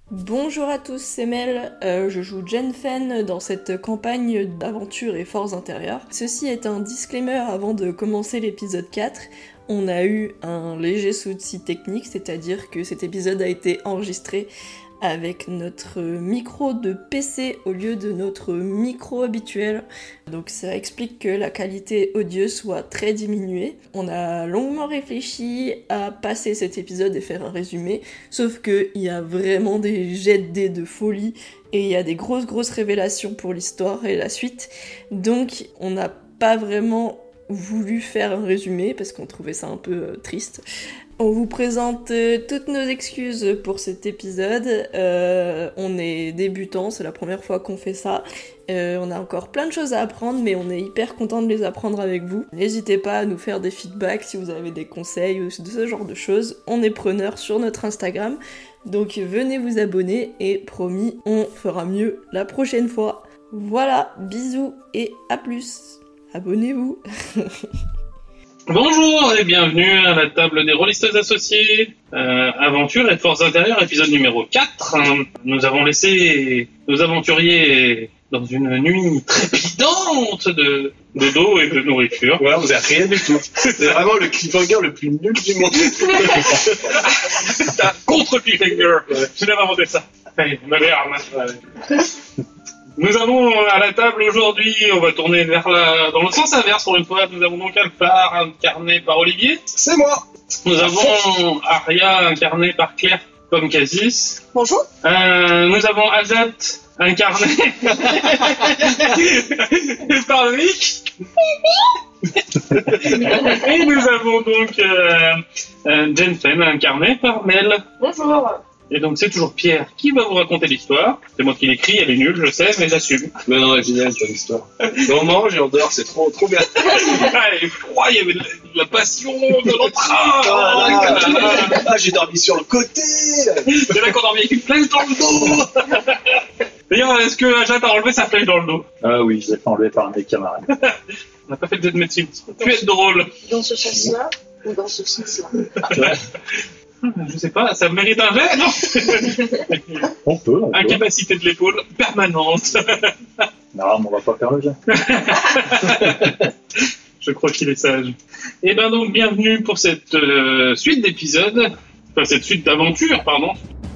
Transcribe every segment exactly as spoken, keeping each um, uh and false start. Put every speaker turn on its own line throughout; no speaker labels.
Bonjour à tous, c'est Mel, euh, je joue Jen Fen dans cette campagne d'aventure et forces intérieures. Ceci est un disclaimer avant de commencer l'épisode quatre. On a eu un léger souci technique, c'est-à-dire que cet épisode a été enregistré avec notre micro de P C au lieu de notre micro habituel. Donc ça explique que la qualité audio soit très diminuée. On a longuement réfléchi à passer cet épisode et faire un résumé, sauf qu'il y a vraiment des jets de dés de folie et il y a des grosses grosses révélations pour l'histoire et la suite. Donc on n'a pas vraiment voulu faire un résumé parce qu'on trouvait ça un peu euh, triste. On vous présente euh, toutes nos excuses pour cet épisode. Euh, on est débutants, c'est la première fois qu'on fait ça. Euh, on a encore plein de choses à apprendre, mais on est hyper content de les apprendre avec vous. N'hésitez pas à nous faire des feedbacks si vous avez des conseils ou de ce genre de choses. On est preneurs sur notre Instagram, donc venez vous abonner et promis, on fera mieux la prochaine fois. Voilà, bisous et à plus. Abonnez-vous.
Bonjour et bienvenue à la table des rôlistes associés, euh, Aventure et Forces intérieures, épisode numéro quatre. Nous avons laissé nos aventuriers dans une nuit trépidante de, de d'eau et de nourriture.
Voilà, vous avez rien du tout. C'est vraiment le cliffhanger le plus nul du monde.
C'est un contre-cliffhanger. Ouais. Je n'ai pas inventé ça. Allez, moderne. Ouais. Nous avons à la table aujourd'hui, on va tourner vers la, dans le sens inverse pour une fois. Nous avons donc Alphard, incarné par Olivier.
C'est moi.
Nous avons Aria, incarné par Claire Pomcasis.
Bonjour.
Euh, nous avons Azat, incarné par Loïc. Et nous avons donc euh, euh, Jen Fen, incarné par Mel.
Bonjour.
Et donc c'est toujours Pierre qui va vous raconter l'histoire. C'est moi qui l'écris, elle est nulle, je sais, mais j'assume.
Non, non, elle est géniale ton histoire. On mange et on dort, c'est trop, trop bien.
Ah, il est froid, il y avait de la, de la passion, de l'entrain.
Ah, ah, ah, j'ai dormi sur le côté.
C'est là qu'on a dormi avec une flèche dans le dos. D'ailleurs, est-ce que Ajat a enlevé sa flèche dans le dos?
Ah oui, je l'ai fait enlever par un de mes camarades.
On n'a pas fait de jet de médecine. Tu es drôle.
Dans ce sens-là ou dans ce sens-là?
Je sais pas, ça mérite un jet, non?
On peut, on peut.
Incapacité de l'épaule permanente.
Non, mais on va pas faire le jet.
Je crois qu'il est sage. Et ben donc, bienvenue pour cette euh, suite d'épisodes, enfin cette suite d'aventures, pardon.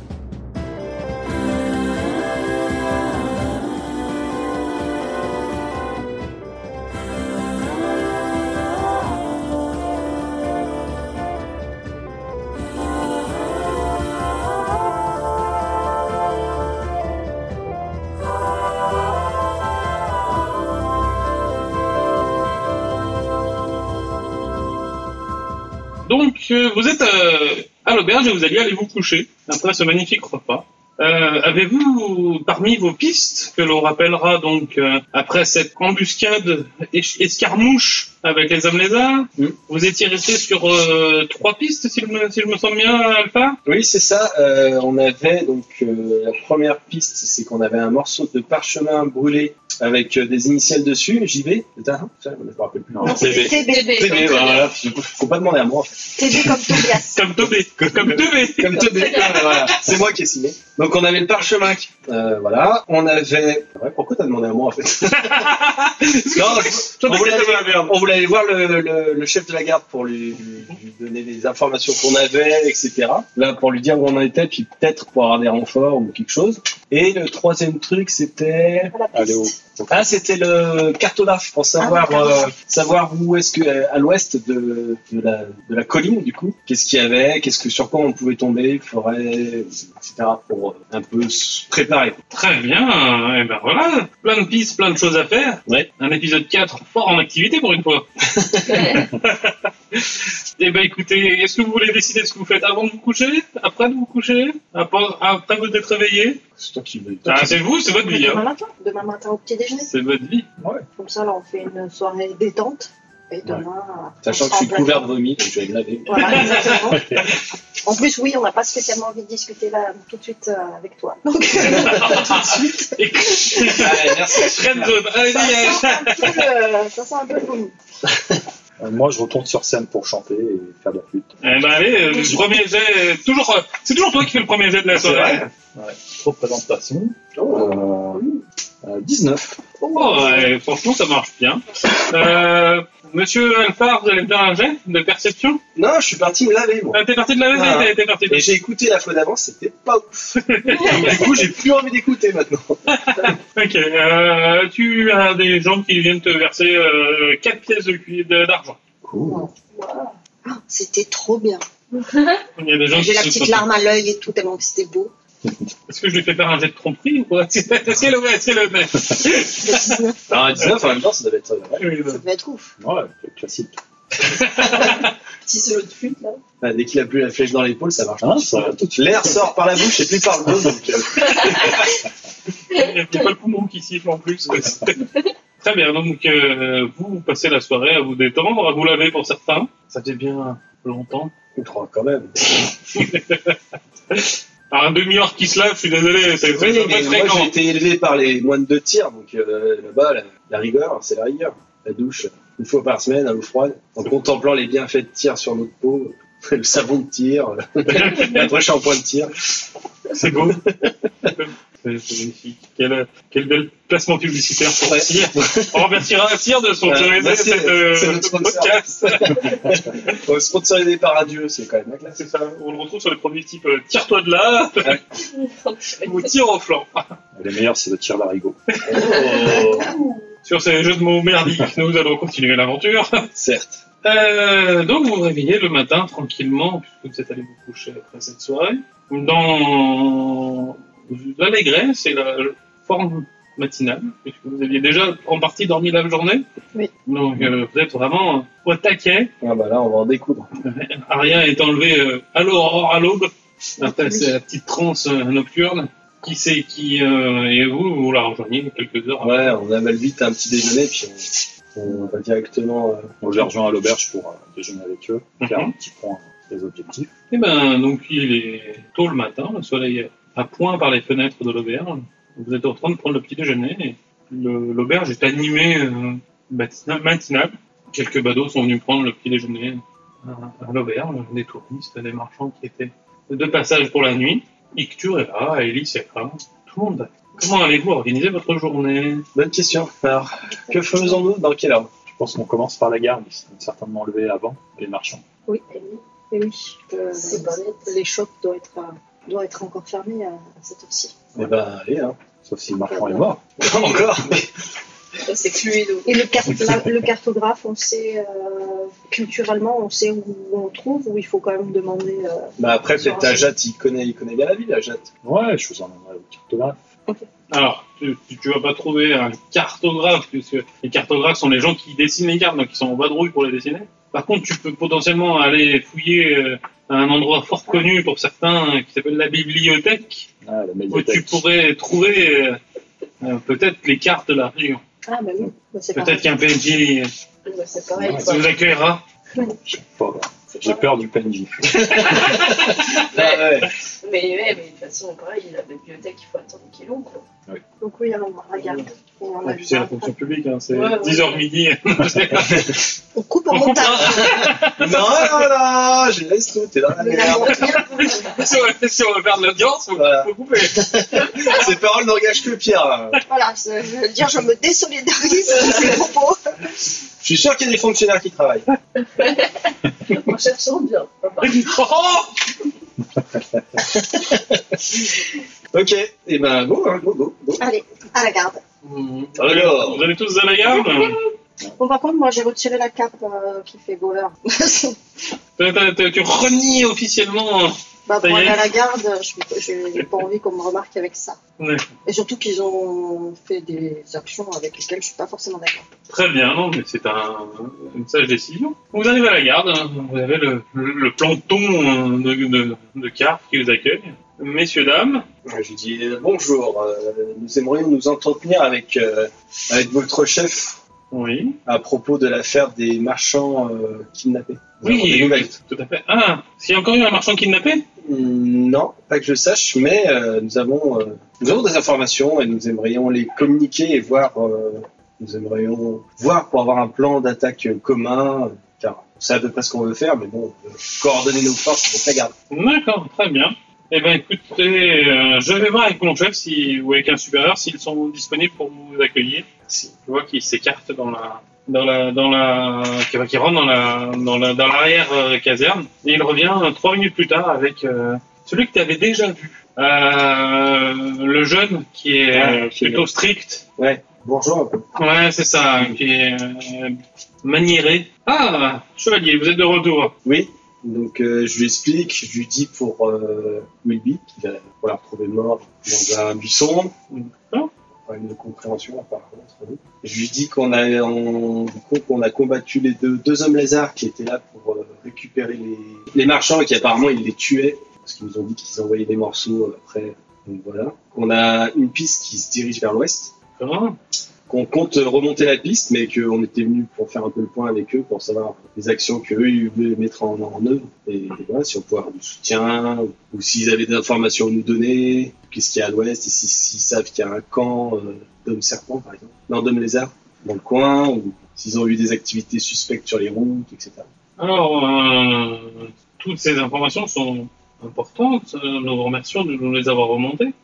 Donc, euh, vous êtes euh, à l'auberge et vous alliez aller vous coucher après ce magnifique repas. Euh, avez-vous, parmi vos pistes, que l'on rappellera donc euh, après cette embuscade es- escarmouche avec les hommes lézards, mmh. vous étiez resté sur euh, trois pistes, si je, me, si je me sens bien, Alpha?
Oui, c'est ça. Euh, on avait donc euh, la première piste, c'est qu'on avait un morceau de parchemin brûlé avec euh, des initiales dessus, J B, c'est ça? Je ne me rappelle plus.
Non, c'est T B.
T B, voilà. Faut pas demander à moi. En fait.
T B comme Tobias.
Comme Tobé. Comme Tobé.
Comme Tobé. Voilà. C'est moi qui ai signé. Donc on avait le parchemin. Euh, voilà. On avait. Ouais, pourquoi t'as demandé à moi en fait? Non, je... on, voulait aller... on voulait aller voir le, le, le chef de la garde pour lui, lui, lui donner les informations qu'on avait, et cetera. Là, pour lui dire où on en était, puis peut-être pour avoir des renforts ou quelque chose. Et le troisième truc, c'était. Allez, oh. Ah, c'était le cartographe pour savoir ah, euh, savoir où est-ce que à l'ouest de, de la de la colline du coup, qu'est-ce qu'il y avait, qu'est-ce que sur quoi on pouvait tomber, forêt, et cetera pour un peu se préparer.
Très bien, et ben voilà, plein de pistes, plein de choses à faire.
Ouais.
Un épisode quatre fort en activité pour une fois. Et ben écoutez, est-ce que vous voulez décider de ce que vous faites avant de vous coucher, après de vous coucher, après, après vous d'être réveillé?
C'est toi qui veux.
Ah, c'est vous, c'est votre vie.
Demain
Hein.
matin, demain matin au petit déjeuner.
C'est votre vie.
Ouais.
Comme ça, là, on fait une soirée détente. Et demain. Ouais.
Sachant que je suis couvert de vomi, donc je vais me laver.
Voilà, exactement. En plus, oui, on n'a pas spécialement envie de discuter là tout de suite euh, avec toi. Donc, tout de suite.
Allez, merci. Friend zone. Allez,
ça, sent un peu, euh, ça sent un peu le vomi.
Euh, moi, je retourne sur scène pour chanter et faire de la flûte.
Eh ben allez, euh, le premier jet, toujours, euh, c'est toujours toi qui fais le premier jet de la
C'est
soirée.
vrai.
Ouais. Représentation.
Oh.
Euh, euh, dix-neuf.
Oh, ouais, franchement, ça marche bien. Euh, Monsieur Alphard, vous allez me faire un jet de perception?
Non, je suis parti me laver, moi.
Ah, t'es parti de la veille,
Ah.
t'es- t'es parti de
Et j'ai écouté la fois d'avant, c'était pas ouf. Donc, du coup, j'ai plus envie d'écouter maintenant.
Ok, euh, tu as des gens qui viennent te verser euh, quatre pièces de cu- de- d'argent.
Cool.
Ah, c'était trop bien.
Il y a des gens
J'ai
qui
la
se
petite
sont-
larme à l'œil et tout, tellement que c'était beau.
Est-ce que je lui fais faire un jet de tromperie ou quoi? Est-ce qu'elle le est-ce qu'elle le met?
Alors, à dix-neuf, en même temps, ça devait être. Ouais.
Oui,
Ça
bah.
devait être ouf.
Ouais, c'est classique.
Petit solo de flûte, là.
Ah, dès qu'il a plus la flèche dans l'épaule, ça marche.
Hein,
pas.
ça va tout de suite.
L'air sort par la bouche et plus par le dos. Donc, euh,
Il n'y a pas le poumon qui siffle en plus. Très bien, donc euh, vous passez la soirée à vous détendre, à vous laver pour certains. Ça fait bien longtemps.
oh, quand même.
Alors, un demi-heure qui se lave, je suis désolé, c'est c'est
Oui,
pas
mais moi,
fréquent.
j'ai été élevé par les moines de tir, donc euh, là-bas, la, la rigueur, c'est la rigueur. La douche, une fois par semaine, à l'eau froide, en contemplant les bienfaits de tir sur notre peau, le savon de tir, le shampoing de tir.
C'est beau. C'est c'est magnifique. Quel, quel bel placement publicitaire pour
Ouais.
Cyr. On remerciera Cyr de sponsoriser
Euh, merci,
cette, euh,
c'est notre
ce
sponsor.
podcast.
Bon, sponsorisé par Adieu, c'est quand même la classe.
C'est ça. On le retrouve sur les produits type euh, tire-toi de là ou tire au flanc.
Les meilleurs, c'est le tir larigot.
Oh,
Sur ces jeux de mots merdiques, nous allons continuer l'aventure.
certes.
Euh, donc vous vous réveillez le matin tranquillement, puisque vous êtes allé vous coucher après cette soirée. Dans l'allégresse et la forme matinale, puisque vous aviez déjà en partie dormi la journée.
Oui.
Donc euh, vous êtes vraiment au taquet.
Ah bah là, on va en découdre.
Aria est enlevée euh, à l'aurore, à l'aube. Après, c'est la petite transe euh, nocturne. Qui c'est qui euh, et vous, vous la rejoignez quelques heures
Ouais, on a mal vite un petit déjeuner, puis on, on va directement. Euh,
On les rejoint à l'auberge pour euh, déjeuner avec eux, faire
Mhm.
un petit point des objectifs.
Eh ben, donc il est tôt le matin, le soleil est à point par les fenêtres de l'auberge. Vous êtes en train de prendre le petit déjeuner et le- l'auberge est animée euh, matina- matinale. Quelques badauds sont venus prendre le petit déjeuner à, à l'auberge, des touristes, des marchands qui étaient de passage pour la nuit. Icture est là, Elise est là, tout le monde va. Comment allez-vous organiser votre journée?
Bonne question. Alors, que faisons-nous dans quelle heure?
Je pense qu'on commence par la gare, ils sont certainement levés avant les marchands.
Oui, et oui. Et oui. Euh, les shops doivent être, euh, doivent être encore fermés à, à cette heure-ci.
Eh ben, allez, hein.
Sauf si le marchand est mort.
Encore.
C'est fluide.
Et le, car- la- le cartographe, on sait, euh, culturellement, on sait où on le trouve, ou il faut quand même demander. Euh...
Bah après, peut-être Ajat, il connaît, il connaît bien la ville, Ajat.
Ouais, je vous emmènerai au cartographe.
Alors, tu, tu, tu vas pas trouver un cartographe, puisque les cartographes sont les gens qui dessinent les cartes, donc ils sont en vadrouille pour les dessiner. Par contre, tu peux potentiellement aller fouiller euh, à un endroit fort connu pour certains, euh, qui s'appelle la bibliothèque,
Ah, la
où tu
médiathèque.
pourrais trouver euh, euh, peut-être les cartes de la région.
Ah, bah oui, bah, c'est
Peut-être
pareil.
qu'un P N J
Ouais, c'est pareil.
Ouais,
ça vous accueillera.
Je sais pas. J'ai peur du P N J.
Ah ouais.
Mais, ouais, mais de toute façon, pareil, la bibliothèque, il faut attendre qu'il ouvre. Quoi.
Donc oui, on regarde. On, en a
Et puis c'est la
besoin.
fonction publique, hein, c'est
Ouais, ouais.
dix heures midi.
On coupe en
On
montage.
Non, non, non, je laisse tout, t'es dans la
Mais la
merde.
montagne,
si, on veut, si on veut faire de l'audience, faut,
Voilà.
faut couper.
Ces paroles n'engagent que Pierre. là.
voilà, je je veux dire, je me désolidarise de ces propos.
Je suis sûr qu'il y a des fonctionnaires qui travaillent.
En cherchant bien.
Oh
Ok, et ben go, hein, go, go, go.
Allez, à la garde.
Alors.
Vous allez tous à la garde.
Bon, par contre, moi, j'ai retiré la cape euh, qui fait gouverne.
T'as- t'as- t'as- Tu renies officiellement.
Bah,
Ça
pour
y
aller
est.
à la garde, je je n'ai pas envie qu'on me remarque avec ça.
Ouais.
Et surtout qu'ils ont fait des actions avec lesquelles je suis pas forcément d'accord.
Très bien, non, mais c'est un, une sage décision. Vous arrivez à la garde, hein, vous avez le, le, le planton euh, de, de, de cartes qui vous accueille. Messieurs, dames,
Je dis euh, bonjour, euh, nous aimerions nous entretenir avec, euh, avec votre chef
oui.
à propos de l'affaire des marchands euh, kidnappés. Nous avons des
Oui,
nouvelles.
tout à fait. Ah, s'il y a encore eu un marchand kidnappé?
Hmm, Non, pas que je sache, mais euh, nous, avons, euh, nous avons des informations et nous aimerions les communiquer et voir, euh, nous aimerions voir pour avoir un plan d'attaque commun, On sait à peu près ce qu'on veut faire, mais bon, on peut coordonner nos forces pour la garde.
D'accord, très bien. Eh ben écoutez, euh, je vais voir avec mon chef si, ou avec un supérieur s'ils sont disponibles pour vous accueillir.
Si.
Je vois qu'il s'écarte dans la, dans la, dans la, qui, qui rentre dans la, dans la, dans l'arrière euh, caserne. Et il revient euh, trois minutes plus tard avec euh, celui que tu avais déjà vu. Euh, le jeune qui est
Ah,
euh,
qui est
plutôt
là.
strict.
Ouais, bourgeois un peu.
Ouais, c'est ça, qui est euh, maniéré. Ah, chevalier, vous êtes de retour.
Oui, donc euh, je lui explique, je lui dis pour euh, Wilby qu'il va on l'a retrouvé mort dans un buisson.
D'accord.
Problème de compréhension apparemment entre nous. Je lui dis qu'on a, on, qu'on a combattu les deux, deux hommes lézards qui étaient là pour euh, récupérer les, les marchands et qui apparemment ils les tuaient parce qu'ils nous ont dit qu'ils envoyaient des morceaux euh, après. Donc voilà. On a une piste qui se dirige vers l'ouest.
Comment?
Qu'on compte remonter la piste, mais qu'on était venu pour faire un peu le point avec eux, pour savoir les actions qu'eux ils voulaient mettre en, en œuvre. Et voilà, si on pouvait avoir du soutien, ou, ou s'ils avaient des informations à nous donner, qu'est-ce qu'il y a à l'ouest, et s'ils si, si savent qu'il y a un camp euh, d'hommes serpents, par exemple, non, d'hommes lézards, dans le coin, ou s'ils ont eu des activités suspectes sur les routes, et cetera.
Alors, euh, toutes ces informations sont importantes. Euh, Nous vous remercions de nous les avoir remontées.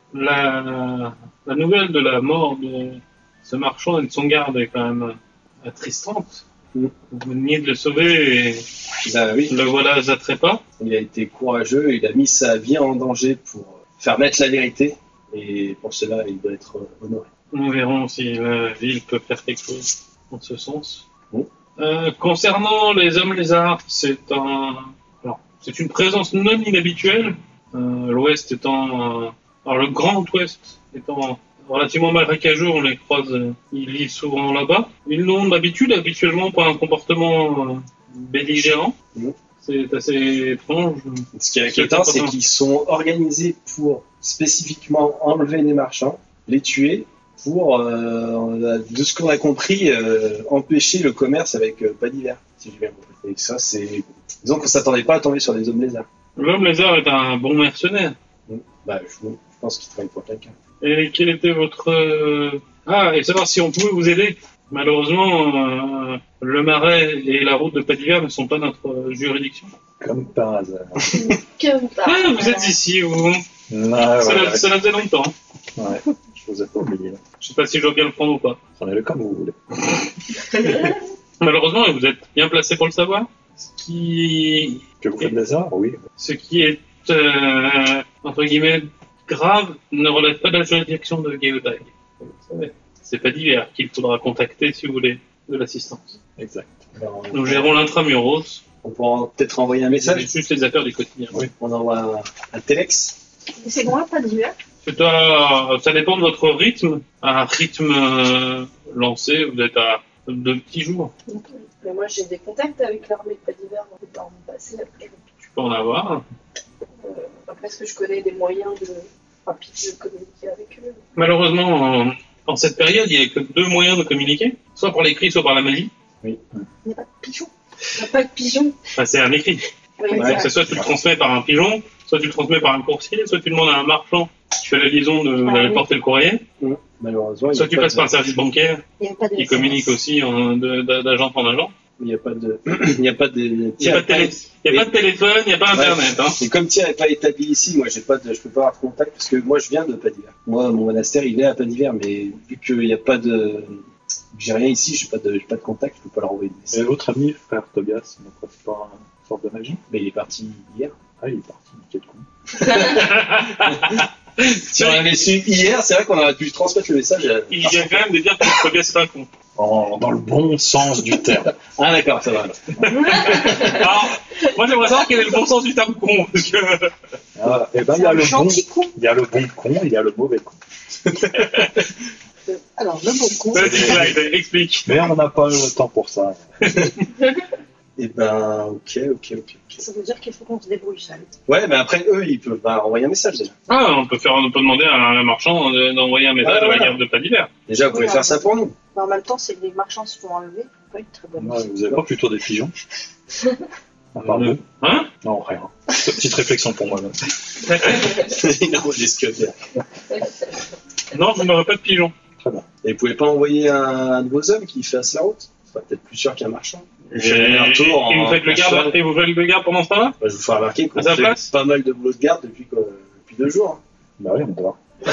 La, la nouvelle de la mort de ce marchand et de son garde est quand même attristante.
Mm.
Vous veniez de le sauver et
Bah oui,
le voilà à trépas.
il a été courageux, il a mis sa vie en danger pour faire naître la vérité, et pour cela, il doit être honoré.
Nous verrons si la ville peut faire quelque chose en ce sens.
Mm.
Euh, concernant les hommes lézards, c'est un, alors, c'est une présence non inhabituelle. Euh, L'Ouest étant, euh, alors le Grand Ouest étant relativement marécageux, on les croise, euh, ils vivent souvent là-bas. Ils n'ont d'habitude, habituellement, pas un comportement euh, belligérant.
Mm.
C'est assez étrange.
Ce qui est inquiétant, c'est qu'ils sont organisés pour spécifiquement enlever les marchands, les tuer, pour, euh, de ce qu'on a compris, euh, empêcher le commerce avec euh, pas d'hiver, si j'ai bien compris. Et ça, c'est... Disons qu'on s'attendait pas à tomber sur des hommes lézards.
L'homme lézard est un bon mercenaire.
Mm. Bah, je, je pense qu'il travaille pour quelqu'un.
Et quel était votre... euh, Ah, et savoir si on pouvait vous aider. Malheureusement, euh, le Marais et la route de Pas d'hiver ne sont pas notre euh, juridiction.
Comme par hasard.
Comme ça.
Ah, vous êtes ici, vous.
Ah,
Ça,
ouais,
ça faisait longtemps.
ouais. Je vous ai pas oublié.
Je sais pas si je dois bien le prendre ou pas.
Prenez-le comme vous voulez.
Malheureusement, et vous êtes bien placé pour le savoir, ce qui,
Que vous faites des arts, oui.
ce qui est, euh, entre guillemets, grave ne relève pas de la juridiction de Geotag. Vous savez, c'est Pas d'hiver qu'il faudra contacter si vous voulez de l'assistance.
Exact.
Alors,
Nous gérons l'intramuros,
on pourra peut-être envoyer un message.
c'est juste les affaires du quotidien.
Oui.
On envoie un, un téléx.
Et c'est loin, pas d'hiver.
C'est à- ça dépend de votre rythme. À un rythme euh, lancé, vous êtes à deux petits jours.
Mais moi, j'ai des contacts avec l'armée de Pas d'hiver dans le passé. Après,
Tu peux en avoir.
euh, après, est-ce que je connais des moyens de rapide de communiquer avec eux?
Malheureusement, en, en cette période, il n'y a que deux moyens de communiquer, soit par l'écrit, soit par la magie.
Il n'y a pas de pigeon.
Il n'y a pas de pigeon.
Enfin, c'est un écrit.
Oui,
Ouais,
exact.
C'est soit tu le transmets par un pigeon, soit tu le transmets par un coursier, soit tu demandes à un marchand qui fait la liaison de-
Ah,
d'aller
oui.
porter le courrier,
Malheureusement, il
soit
n'y
tu
a, pas
passes par un
de-
service bancaire
Il n'y a pas de
qui
S M S.
communique aussi en- de- de- d'agent en agent.
il n'y a pas de... Il n'y a pas de...
Il n'y a, pas de télé- il y a pas de téléphone, il n'y a pas
Ouais.
internet. Hein.
Et comme Thierry n'est pas établi ici, moi j'ai pas de, je peux pas avoir de contact parce que moi je viens de Pas d'hiver. Moi mon monastère il est à Pas d'hiver, mais vu qu'il n'y a pas de, j'ai rien ici, j'ai pas de, j'ai pas de contact, je peux pas leur envoyer de
Et
message.
votre ami, frère Tobias, ne pratique pas une sorte de magie?
Mais il est parti hier.
Ah, il est parti, quel con.
Si on avait su hier, c'est vrai qu'on aurait pu transmettre le message. À...
Il y a quand même de dire que Tobias c'est un con.
En- dans le bon sens du terme.
Ah d'accord, ça va. alors.
Alors, moi j'aimerais savoir quel est le bon sens du terme con. Parce que...
Ah, et ben, il
C'est
y a
un
le bon,
gentil con.
il y a le bon con, il y a le mauvais con.
Alors, le bon con.
Vas-y, Clyde, explique.
Mais on n'a pas le temps pour ça.
Et ben ok, ok, ok. ok.
Ça veut dire qu'il faut qu'on se débrouille seul.
Ouais, mais après eux ils peuvent bah, envoyer un message déjà.
Ah, on peut faire, on peut demander à un marchand de- d'envoyer un message
Ah,
à la
voilà.
guerre de Pas d'hiver.
Déjà vous pouvez
Ouais,
faire
ouais.
ça pour nous.
Mais en même temps, si les marchands se font enlever, c'est pas une très bonne
Ouais,
idée.
vous avez pas plutôt des pigeons? À part vous?
Hein?
Non, rien. Petite réflexion pour moi. Là.
Il enregistre que faire.
Non, je n'aurais pas de pigeon.
Très bien.
Et vous pouvez pas envoyer un, un de vos hommes qui fasse la route? Ce sera peut-être plus sûr qu'un marchand.
Et,
J'ai un tour
et vous
en
faites le garde,
cheval.
et vous faites le garde pendant ce temps-là?
Bah, je vous ferai remarquer qu'on
À sa
fait
place
pas mal de boulot de garde depuis, quoi, depuis deux jours.
Bah oui, on peut voir.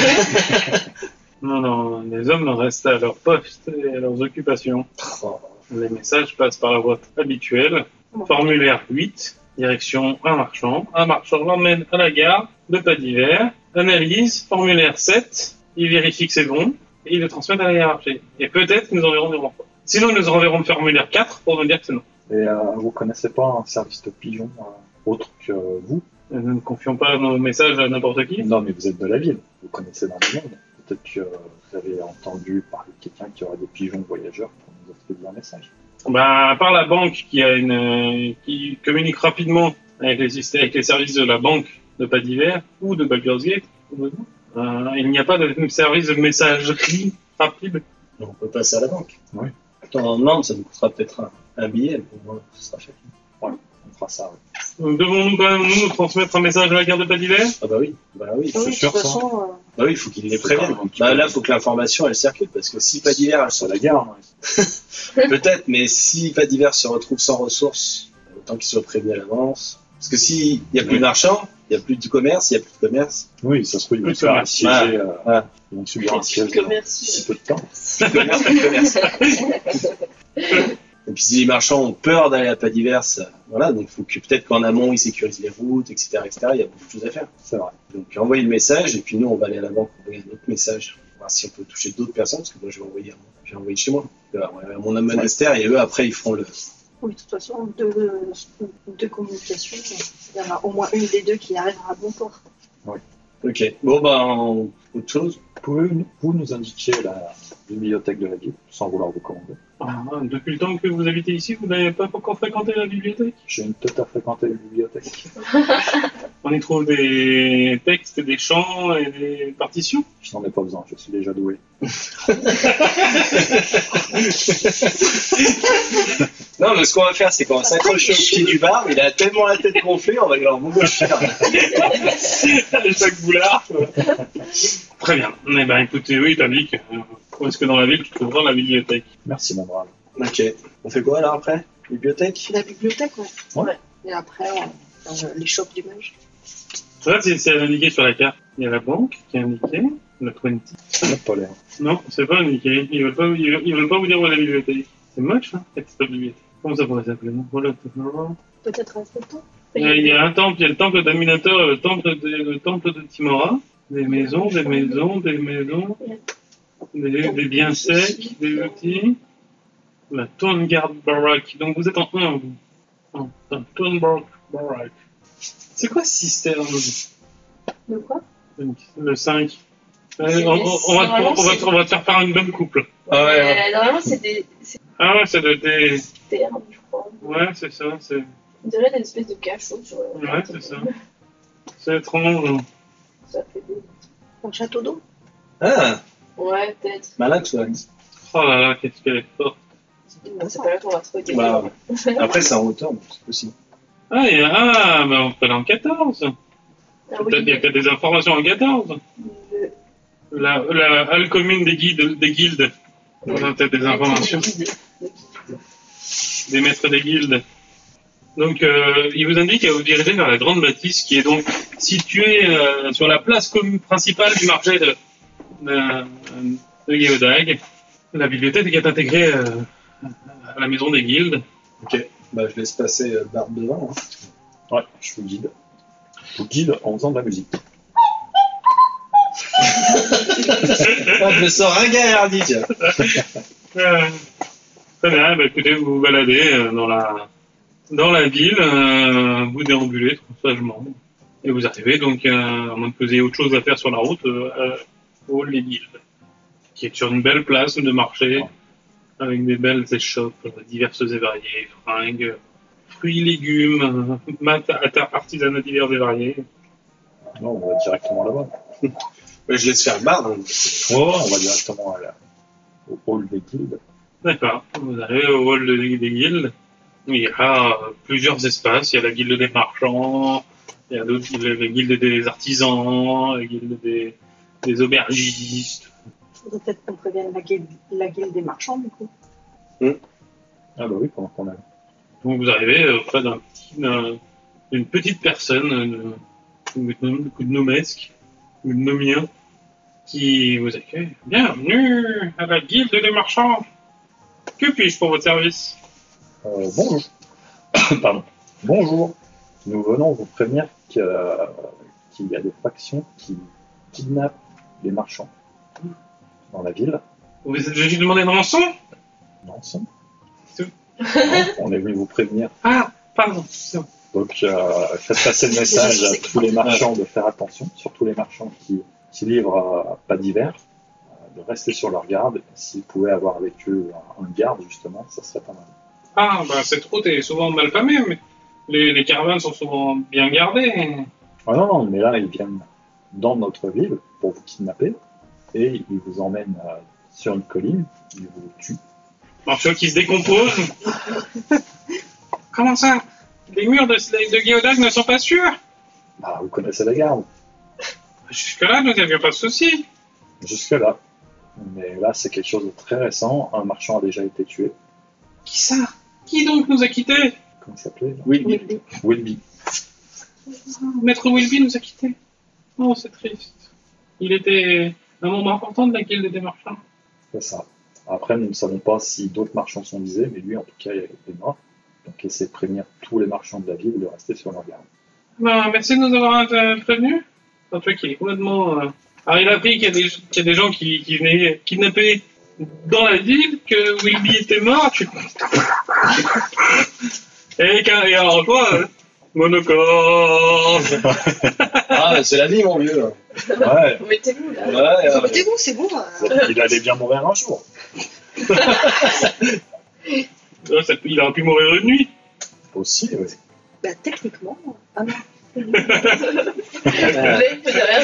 Non, non, les hommes restent à leur poste et à leurs occupations.
Oh.
Les messages passent par la voie habituelle. Formulaire huit, direction un marchand. Un marchand l'emmène à la gare de Pas d'Hiver. Analyse, formulaire sept, il vérifie que c'est bon et il le transmet à la hiérarchie. Et peut-être qu'ils nous enverront des renforts. Sinon, ils nous enverront le formulaire quatre pour nous dire que c'est non.
Et euh, vous connaissez pas un service de pigeons euh, autre que vous?
Nous ne confions pas nos messages à n'importe qui.
Non, mais vous êtes de la ville. Vous connaissez dans le monde. Peut-être que vous avez entendu parler de quelqu'un qui aurait des pigeons voyageurs pour nous expédier un message.
Bah, à part la banque qui a une, euh, qui communique rapidement avec les systèmes, avec les services de la banque de Pas d'Hiver ou de Baldur's Gate, euh, il n'y a pas de service de messagerie rapide.
Donc, on peut passer à la banque.
Oui.
Quand on demande, ça nous coûtera peut-être un, un billet, pour moi, ce sera fait.
Ouais, on fera ça. Ouais.
Donc, devons-nous quand même nous transmettre un message à la gare de Pas d'Hiver?
Ah bah oui, bah oui.
Oui, de
sûr,
toute
ça.
façon, euh,
Bah oui, il faut qu'il les
C'est
prévienne.
quand même un petit
Bah
peu-
là, il faut que l'information, elle circule, parce que si pas d'hiver, elle
Sur
se
la gare, hein.
peut-être, mais si pas d'hiver se retrouve sans ressources, autant qu'il soit prévenu à l'avance. Parce que s'il n'y a plus de marchands, il n'y a plus de commerce, il n'y a plus de commerce.
Oui, ça se trouve, ils vont
Plus
se faire
commerce.
assiéger. euh,
Ouais.
Ils vont subir un
Plus
siège
de
dans
commerce.
si peu de temps.
Plus de commerce, plus de commerce. Et puis si les marchands ont peur d'aller à pas d'hiver, ça- voilà, donc il faut que peut-être qu'en amont, ils sécurisent les routes, et cetera, et cetera. Il y a beaucoup de choses à faire.
C'est vrai.
Donc envoyer le message, et puis nous, on va aller à la banque envoyer un autre message, voir si on peut toucher d'autres personnes, parce que moi, je vais envoyer, je vais envoyer chez moi. Voilà, on va à mon homme monastère, et eux, après, ils feront le...
oui, de toute façon, deux, deux communications, il y en a au moins une des deux qui arrivera à bon port.
Ok. Bon, ben, autre chose.
Pouvez-vous vous nous indiquer la bibliothèque de la ville, sans vouloir vous commander?
Ah, depuis le temps que vous habitez ici, vous n'avez pas encore fréquenté la bibliothèque?
J'ai une tête à fréquenter la bibliothèque.
On y trouve des textes, des chants et des partitions.
Je n'en ai pas besoin, je suis déjà doué.
Non, mais ce qu'on va faire, c'est qu'on va s'accrocher au pied du bar, il a tellement la tête gonflée, on va lui en bouger.
Chaque boulard. Très bien. Eh ben, écoutez, oui, t'indiques. Euh, où est-ce que dans la ville tu trouveras la bibliothèque?
Merci, mon brave.
Ok. On fait quoi alors après? Bibliothèque?
La bibliothèque, ouais.
Ouais.
Et après, euh, euh, les shops d'images.
Ça, c'est c'est indiqué sur la carte. Il y a la banque qui est indiquée, la vingt.
Ça n'a pas l'air.
Non, c'est pas indiqué. Ils veulent pas, ils veulent, ils veulent pas vous dire où est la bibliothèque. C'est moche, hein, cette bibliothèque. Comment ça pourrait s'appeler? Voilà.
Peut-être un peu de temps.
Il y, a, il y a un temple, il y a le temple d'Aminator et le temple de, le temple de Timora. Des maisons, des maisons, des maisons, des, des biens secs, des outils. La Townguard Barrack. Donc vous êtes en un, vous. En, en Townguard Barrack. C'est quoi cisterne?
De quoi?
Le cinq. Euh, on, on, on, va, on, va, on va te faire faire une bonne couple.
Ah ouais, ouais.
Euh, Normalement, c'est des c'est
Ah ouais, c'est de, des...
des termes, je crois.
Ouais, c'est ça, c'est...
On dirait des espèces de cachots sur le.
Ouais, c'est ça. C'est étrange.
Ça fait des.
Un château d'eau.
Ah,
Ouais, peut-être.
malin que soit.
Oh là là, qu'est-ce qu'elle est forte.
Non, c'est pas là qu'on va trouver des.
Bah, après, c'est en hauteur, donc c'est possible.
Ah, il y a... ah bah on peut aller en quatorze.
Ah oui,
Peut-être il y a peut-être des informations en quatorze.
le-
La, la halle commune des guides, des guildes. On a peut-être des informations. Des maîtres des guildes. Donc, euh, il vous indique à vous diriger vers la grande bâtisse qui est donc située euh, sur la place commune principale du marché de, de, de Géodag. La bibliothèque est intégrée euh, à la maison des guildes.
Ok. Bah, je laisse passer euh, Barbe devant. Hein.
Ouais, je vous guide. Je vous guide en faisant de la musique.
Ah, je me sens ringardi, tiens.
Euh, très bien, bah, écoutez, vous vous baladez euh, dans la, dans la ville, euh, vous déambulez sagement, et vous arrivez donc, euh, à moins que vous ayez autre chose à faire sur la route, euh, euh, au hall des guildes, qui est sur une belle place de marché, avec des belles échoppes euh, diverses et variées, fringues, fruits, légumes, euh, mat- at- artisanat divers et variés.
Non, on va directement là-bas.
Ouais, je laisse faire Barbe. Hein.
Oh, on va directement à la... au hall des guildes.
D'accord, vous arrivez au hall de- des guildes. Il y a euh, plusieurs espaces. Il y a la guilde des marchands, il y a d'autres guildes, les guildes des artisans, la guilde des, des aubergistes.
Faudrait peut-être qu'on prévienne la guilde, la guilde des marchands, du coup.
Ah bah oui, pendant qu'on a...
Donc vous arrivez auprès d'un petit, d'un- d'une petite personne, une gnomesque, ou gnomien, qui vous accueille. Bienvenue à la guilde des marchands. Que puis-je pour votre service?
Euh, bonjour. Pardon. Bonjour. Nous venons vous prévenir que, euh, qu'il y a des factions qui kidnappent les marchands dans la ville.
Vous êtes venu demander une rançon?
Non, c'est-
C'est-
Non, on est venu vous prévenir.
Ah, pardon. c'est bon.
Donc, euh, faites passer le message à tous les marchands de faire attention, surtout les marchands qui, qui livrent euh, pas d'hiver, euh, de rester sur leur garde. S'ils pouvaient avoir avec eux un, un garde, justement, ça serait pas mal.
Ah, bah cette route est souvent mal famée, mais les, les caravanes sont souvent bien gardées.
Ah non, non, mais là, ils viennent dans notre ville pour vous kidnapper et ils vous emmènent euh, sur une colline, ils vous tuent.
Marchand qui se décompose. Comment ça? Les murs de, de Géodag ne sont pas sûrs?
Bah, vous connaissez la garde,
Jusque-là, nous n'avions pas de soucis.
jusque-là. Mais là, c'est quelque chose de très récent. Un marchand a déjà été tué.
Qui ça? Qui donc nous a quittés?
Comment il s'appelait là
Oui,
Wilby.
Wilby.
Maître Wilby nous a quittés. Oh, c'est triste. Il était un membre important de la guilde des marchands.
C'est ça. Après, nous ne savons pas si d'autres marchands sont visés, mais lui, en tout cas, il est mort. Donc, essayez de prévenir tous les marchands de la ville de rester sur leur garde.
Ben, merci de nous avoir euh, prévenus. En fait, qu'il est complètement... euh, Alors, il a appris qu'il y a des, qu'il y a des gens qui, qui venaient kidnapper dans la ville, que Wilby était mort. Tu... et, qu'un- et alors, toi, euh, monocorps.
Ah, c'est la vie, mon vieux.
Ouais,
Mettez-vous là.
Ouais, euh,
Mettez-vous, c'est bon. euh.
il allait bien mourir un jour.
Ah, ça- il aurait pu mourir une nuit.
Aussi, oui.
Bah, techniquement. Ah non.
euh,
Mais peut rien.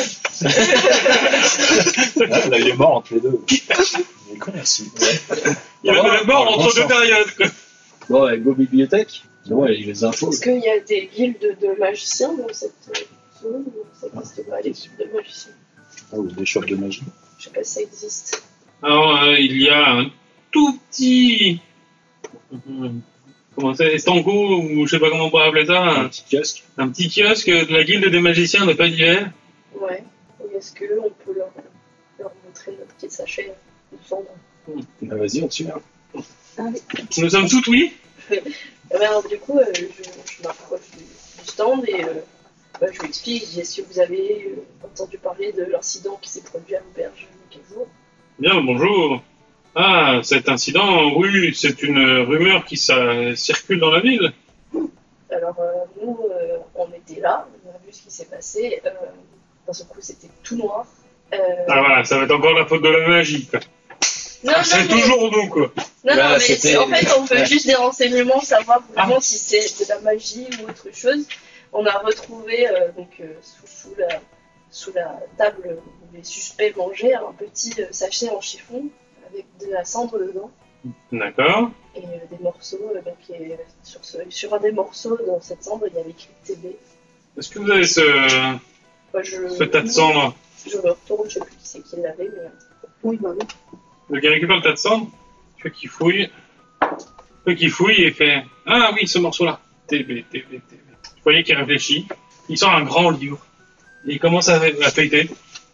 Ah, là, il est mort entre les deux. Il est con aussi.
Il est
Ouais,
mort
dans le
entre
bon
deux
sens.
périodes, quoi.
bon, ouais, go bibliothèque. Bon, il y a les infos.
Est-ce qu'il y a des guildes de magiciens dans cette euh, zone ou ça existe pas, les guildes de magiciens?
Ah, ou des shops de magie.
Je sais pas si ça existe.
Alors, euh, il y a un tout petit... Comment c'est? Estanco, ou je sais pas comment on pourrait appeler ça.
Un
Un,
petit kiosque.
un petit kiosque de la guilde des magiciens de pas d'hiver.
Ouais. Et est-ce qu'on peut leur, leur montrer notre petit sachet de cendre?
Bah, vas-y, on te suit. Hein.
Nous sommes tous oui.
Eh ben, alors, du coup, euh, je, je m'approche du, du stand et euh, bah, je lui explique. Je dis, est-ce que vous avez euh, entendu parler de l'incident qui s'est produit à l'auberge il y a quelques jours?
Bien, bonjour. Ah, cet incident, oui, c'est une rumeur qui ça, circule dans la ville.
Alors, euh, nous, euh, on était là, on a vu ce qui s'est passé. Euh, d'un seul coup, c'était tout noir. Euh,
Ah voilà, ça va être encore la faute de la magie, quoi.
non,
Ah,
non,
c'est
mais-
toujours nous, quoi.
Non,
Là,
non, mais
c'était-
c'est- en fait, on veut
Ouais.
juste des renseignements, savoir vraiment
Ah.
si c'est de la magie ou autre chose. On a retrouvé euh, donc euh, sous, sous la sous la table où les suspects mangeaient un petit euh, sachet en chiffon avec de la cendre dedans
D'accord.
et euh, des morceaux. euh, donc et, sur ce, sur un des morceaux dans cette cendre, il y avait écrit T B.
Est-ce que vous avez ce,
Moi, je,
ce tas de cendre?
Je me retourne, je sais plus qui c'est qui l'avait, mais
Oui, bah oui.
Le gars récupère le tas de cendre, fait qu'il fouille, fait qu'il fouille et fait « Ah oui, ce morceau-là, T B, T B, T B. » Vous voyez qu'il réfléchit, il sort un grand livre, et il commence à, à feuilleter.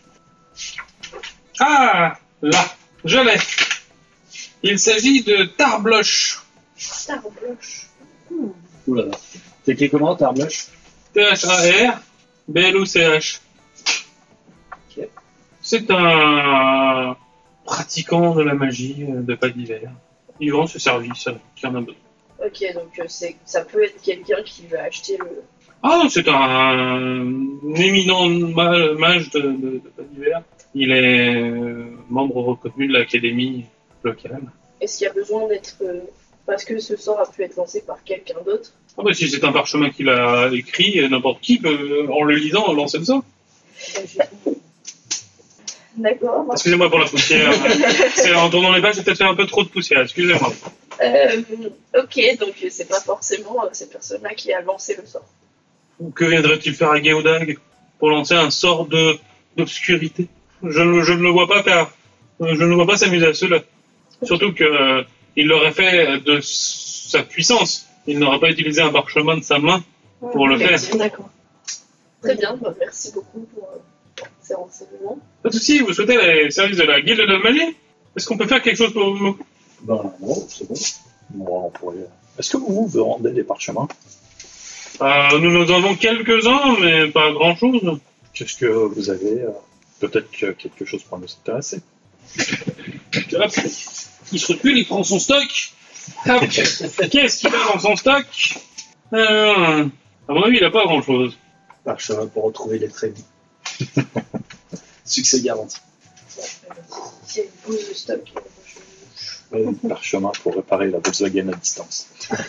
Ah, là, je l'ai. Il s'agit de Tarbloche.
Tarbloche.
Ouh là là. C'est écrit comment, Tarbloche?
T H A R B L O C H.
Ok.
C'est un pratiquant de la magie euh, de pas d'hiver. Il vend ce service euh, qui en a besoin.
Ok, donc euh, c'est, ça peut être quelqu'un qui veut acheter le.
Ah, c'est un, un éminent ma- mage de, de, de pas d'hiver. Il est euh, membre reconnu de l'académie locale.
Est-ce qu'il y a besoin d'être. euh, Parce que ce sort a pu être lancé par quelqu'un d'autre.
Ah bah si c'est un parchemin qu'il a écrit, euh, n'importe qui peut, en le lisant, lancer le sort.
Ben, je- D'accord.
Excusez-moi pour la poussière. C'est en tournant les pages, j'ai peut-être fait un peu trop de poussière. Excusez-moi.
Euh, ok, donc euh, c'est pas forcément euh, cette personne-là qui a lancé le sort.
Que viendrait-il faire à Géodag pour lancer un sort de d'obscurité? Je ne, je ne le vois pas faire. Je ne le vois pas s'amuser à cela. Surtout que euh, il l'aurait fait de sa puissance. Il n'aurait pas utilisé un parchemin de sa main pour le faire.
D'accord. Très bien, bah, merci beaucoup pour, euh, pour ces renseignements.
Pas de soucis, vous souhaitez les services de la guilde de la magie? Est-ce qu'on peut faire quelque chose pour vous?
Ben non, c'est bon.
Bon, on pourrait... Est-ce que vous vous rendez des parchemins?
euh, Nous en avons quelques-uns, mais pas grand-chose.
Qu'est-ce que vous avez euh, Peut-être que quelque chose pourrait nous intéresser.
Hop. Il se recule, il prend son stock. Hop. Qu'est-ce qu'il a dans son stock? euh, À mon avis, il n'a pas grand-chose.
Parchemin pour retrouver les trémies. Succès garanti.
S'il y a une pause de stock, euh,
Un parchemin pour réparer la Volkswagen à distance.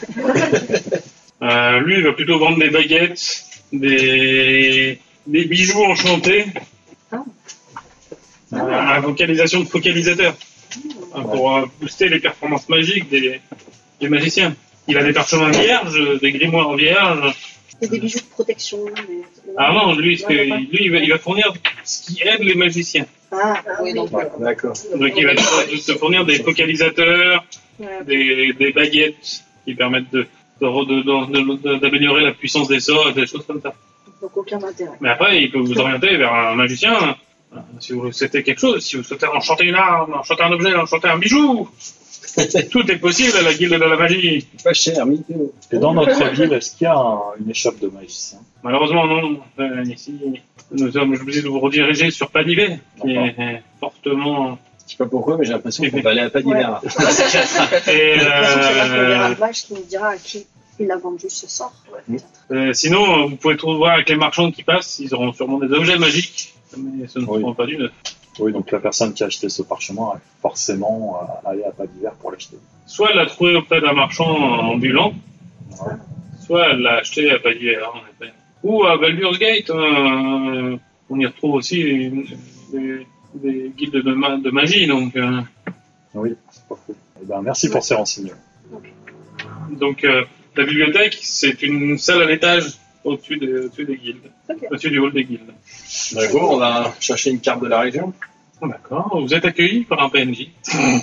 Euh, lui, il va plutôt vendre des baguettes, des, des bijoux enchantés.
Ah.
Euh, à vocalisation de focalisateur. Euh, pour euh, booster les performances magiques des, des magiciens. Il a des parchemins vierges, des grimoires vierges.
Et des bijoux de protection. Mais...
Ah non, lui, ce que-
Ouais, ouais.
lui il, va, il va fournir ce qui aide les magiciens.
Ah,
Ah,
oui,
oui.
donc.
Ouais, d'accord.
Donc il va te, te fournir des focalisateurs,
Ouais.
des, des baguettes qui permettent de, de, re- de- de- de- d'améliorer la puissance des sorts, des choses comme ça.
Donc aucun intérêt.
Mais après, il peut vous orienter vers un magicien. Euh, Si vous souhaitez quelque chose, si vous souhaitez enchanter une arme, enchanter un objet, enchanter un bijou, tout est possible à la guilde de la magie.
Pas cher, Mithéo.
Et dans notre ville, est-ce qu'il y a un- une échoppe de magicien?
Malheureusement, non. Euh, ici, nous sommes obligés de vous rediriger sur Panivet, qui est fortement...
Je sais pas pourquoi, mais j'ai l'impression qu'on va aller à pas d'hiver.
Et,
De toute façon, c'est là qu'on verra
euh,
le mage qui nous dira à qui il a vendu ce sort. peut-être.
euh, sinon, vous pouvez trouver avec les marchands qui passent, ils auront sûrement des objets magiques, mais ce ne
Oui.
seront pas du neuf.
Oui, donc la personne qui a acheté ce parchemin a forcément euh, allé à pas d'hiver pour l'acheter.
Soit elle l'a trouvé auprès d'un marchand ambulant,
Ouais.
soit elle l'a acheté à Panivet, en effet. Ou à Baldur's Gate, euh, on y retrouve aussi une- des, des guildes de, ma- de magie, donc... euh,
Oui, c'est pas faux. Eh ben, merci pour ces renseignements.
Donc euh, la bibliothèque, c'est une salle à l'étage au-dessus des, au-dessus des guildes,
Ok.
au-dessus du hall des guildes.
D'accord, on va chercher une carte de la région.
D'accord, vous êtes accueilli par un P N J.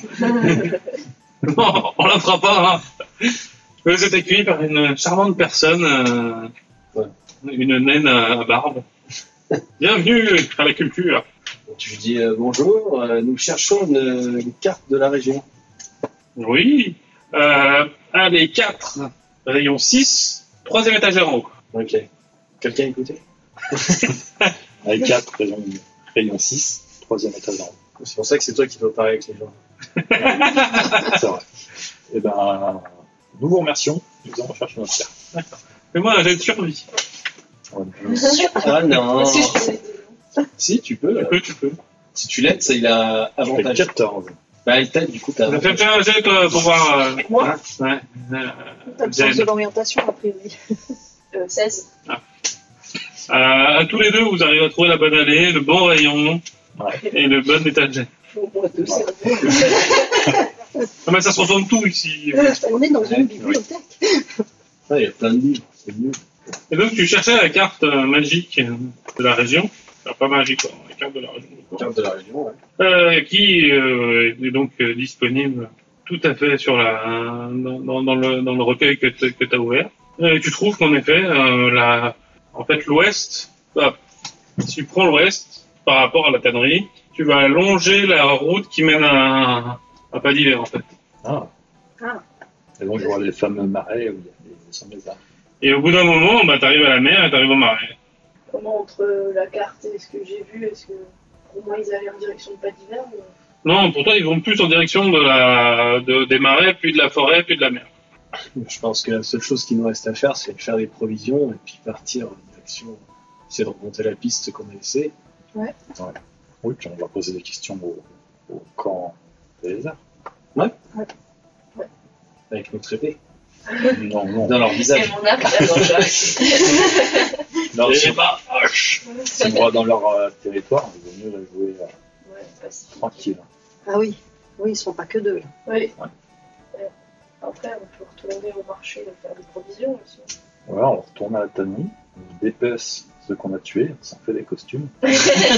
Non, on la fera pas. Hein. Vous êtes accueilli par une charmante personne, euh,
Ouais.
une naine à, à barbe. Bienvenue à la culture.
Tu lui dis euh, bonjour, euh, nous cherchons une, une carte de la région.
Oui, euh, un des quatre, rayon six, troisième étagère en haut.
Ok. Quelqu'un a écouté?
Avec quatre, rayon, rayon six, troisième étage en haut.
C'est pour ça que c'est toi qui dois parler avec les gens.
C'est vrai. Eh ben, nous vous remercions. Nous allons chercher notre carte.
Fais-moi un jet de survie.
Ouais.
Ah non.
Si je peux aider.
Si, tu peux.
Tu
euh,
peux, tu peux.
Si tu l'aides, ça, il a
Ça fait
avantage.
quatorze.
Bah, elle t'aide, du coup, t'as
Ça fait
avantage.
faire un jet toi, pour voir. Euh,
Moi
ouais. Euh,
T'as le sens
Jen.
de l'orientation, a priori.
euh, seize.
Euh, à tous les deux, vous arrivez à trouver la bonne allée, le bon rayon
Ouais.
et le bon étagère.
Bon, moi, deux, c'est
Ah, mais ça se ressemble tout ici.
On est dans une bibliothèque.
Ouais, il y a plein de livres, c'est mieux.
Et donc, tu cherchais la carte euh, magique euh, de la région. Enfin, pas magique, quoi, la carte de la région.
Carte de la région, ouais.
Euh, qui euh, est donc euh, disponible tout à fait sur la dans, dans, dans le dans le recueil que tu as ouvert. Et tu trouves qu'en effet euh, la en fait l'ouest, bah, si tu prends l'ouest par rapport à la tannerie, tu vas longer la route qui mène à à pas d'hiver en fait.
Ah.
Ah.
Et donc, je vois les fameux marais où il y a des sons des arbres.
Et au bout d'un moment, bah t'arrives à la mer et t'arrives au marais.
Comment entre la carte et ce que j'ai vu, est-ce que pour moi ils allaient en direction de pas d'hiver ou...
Non, pour toi ils vont plus en direction de la de, des marais, puis de la forêt, puis de la mer.
Je pense que la seule chose qui nous reste à faire, c'est de faire des provisions et puis partir en direction. Essayer de remonter la piste qu'on a laissée.
Oui, puis on va poser des questions au, au camp des lézards.
Avec notre épée.
Non, non.
Dans leur
Et
visage.
mon arc, là, dans le-
Non,
Et
si
bah,
si on va dans leur euh, territoire, il vaut mieux la jouer euh,
Ouais, pacifique.
tranquille.
Ah oui. Oui, ils sont pas que deux, là.
Oui. Ouais. Après, on peut retourner au marché et faire des provisions aussi.
Voilà, on retourne à la tannerie, on dépece ceux qu'on a tués, on s'en fait des costumes.
Ouais,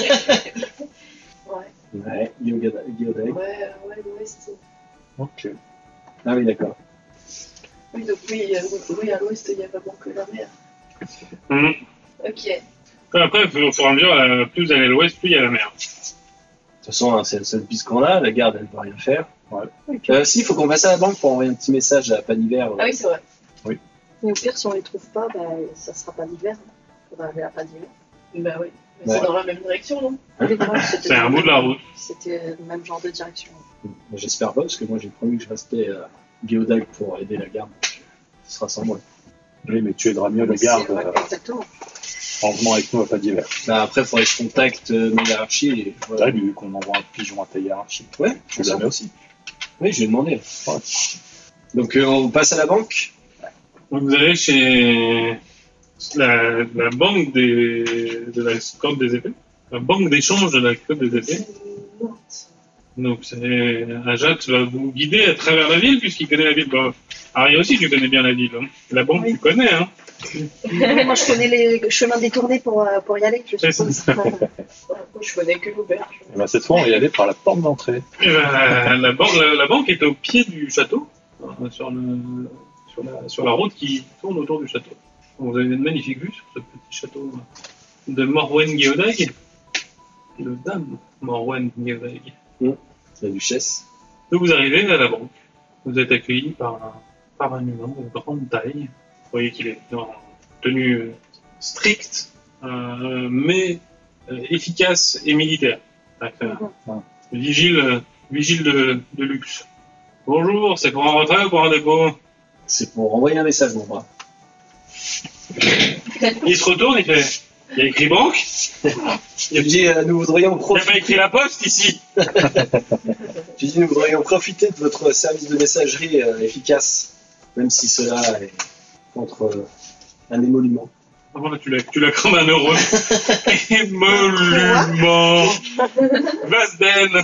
Ouais, Yoda- Yoda.
ouais, ouais, ouais, c'est...
Ok.
Ah oui, d'accord.
Oui, donc oui, euh, oui à l'ouest, il y a vraiment que la mer.
Hum.
Ok.
Après, au fur et à mesure, euh, plus vous allez à l'ouest, plus il y a la mer.
De toute façon, hein, c'est la seule piste qu'on a. La garde, elle ne peut rien faire.
Ouais.
Euh, si, il faut qu'on passe à la banque pour envoyer un petit message à Paniver.
Ah oui, c'est vrai.
Mais au pire, si on les trouve pas, bah, ça sera pas d'hiver. On va aller à pas d'hiver.
Bah oui. Mais
Ouais.
c'est dans la même direction, non?
C'est un bout de la route.
C'était le même genre de direction.
J'espère pas, parce que moi j'ai promis que je restais à Géodag pour aider la garde. Ce sera sans moi.
Oui, mais tu aideras mieux la
C'est
garde
vrai,
euh,
exactement.
en venant avec nous à pas d'hiver.
Bah, après, il faudrait que je contacte euh, ma hiérarchie. Et, voilà.
Là, vu qu'on envoie un pigeon à ta hiérarchie.
Ouais,
Tu l'as aussi.
oui, je vais demander. Ouais. Donc, euh, on passe à la banque.
Donc vous allez chez la, la banque des, de la Côte des épées, la banque d'échange de la Côte des épées. Donc c'est Ajat va vous guider à travers la ville puisqu'il connaît la ville. Bon, Harry aussi, tu connais bien la ville. Hein. La banque,
Oui.
tu connais, hein.
Moi, je connais les chemins détournés pour, euh, pour y aller. Je
C'est
suppose.
ça.
Moi, je connais que l'auberge.
Et ben, cette fois, on va y aller par la porte d'entrée.
Et ben, la, banque, la, la banque est au pied du château, euh, sur, le, sur, la, sur la route qui tourne autour du château. Donc, vous avez une magnifique vue sur ce petit château de Morwen Geodag, de Dame Morwen Geodag.
La duchesse.
Donc vous arrivez à la banque. Vous êtes accueilli par un, par un humain de grande taille. Vous voyez qu'il est en tenue euh, stricte, euh, mais euh, efficace et militaire. Avec, euh,
Mhm.
vigile, euh, vigile de, de luxe. Bonjour, c'est pour un retrait ou pour un dépôt?
C'est pour envoyer un message, mon bras.
Il se retourne, il fait... Il y a écrit banque?
Je dis, euh, nous voudrions
Il n'y a
profiter.
pas écrit la poste ici?
Je dis, nous voudrions profiter de votre service de messagerie euh, efficace, même si cela est contre euh, un émolument.
Ah, voilà, tu l'as, tu l'as comme un heureux. Émolument. Vasden.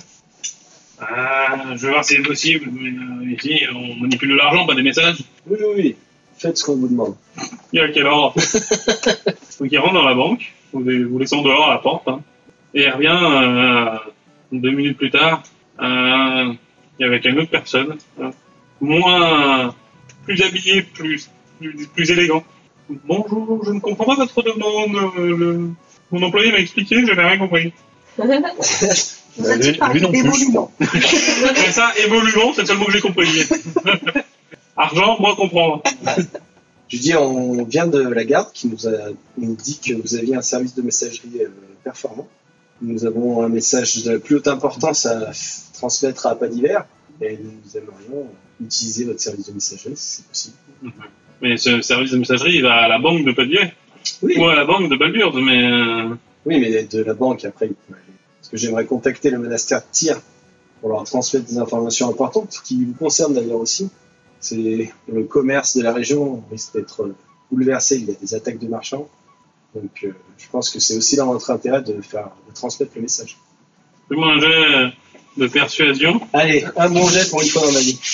Ah, je vais voir si c'est possible, mais euh, ici, on manipule de l'argent, pas des messages.
Oui, oui, oui. Faites ce qu'on vous demande.
Il y a quelle heure? Donc il rentre dans la banque, vous, vous laissez en dehors à la porte, hein, et il revient euh, deux minutes plus tard, euh, et avec une autre personne, hein, moins, plus habillé, plus, plus, plus élégant. Bonjour, je ne comprends pas votre demande. euh, le- Mon employé m'a expliqué, je n'ai rien compris.
Vous
Lui-
êtes parlé
lui non plus,
d'émolument.
Mais ça, évoluement, c'est le seul mot que j'ai compris. Argent, moi comprendre.
Je dis, on vient de la garde qui nous a nous dit que vous aviez un service de messagerie euh, performant. Nous avons un message de la plus haute importance à f- transmettre à pas d'hiver et nous aimerions utiliser votre service de messagerie si c'est possible.
Mais ce service de messagerie, il va à la banque de Padier,
Oui,
ou à la banque de Balburde, mais... euh,
oui, mais de la banque après. il peut aller. Parce que j'aimerais contacter le monastère de Tyr pour leur transmettre des informations importantes qui vous concernent d'ailleurs aussi. C'est le commerce de la région risque d'être bouleversé. Il y a des attaques de marchands. Donc, euh, je pense que c'est aussi dans votre intérêt de faire de transmettre le message.
Fais-moi un jet de persuasion.
Allez, un bon jet pour une fois dans ma vie.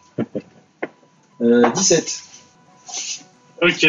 Euh, dix-sept.
Ok.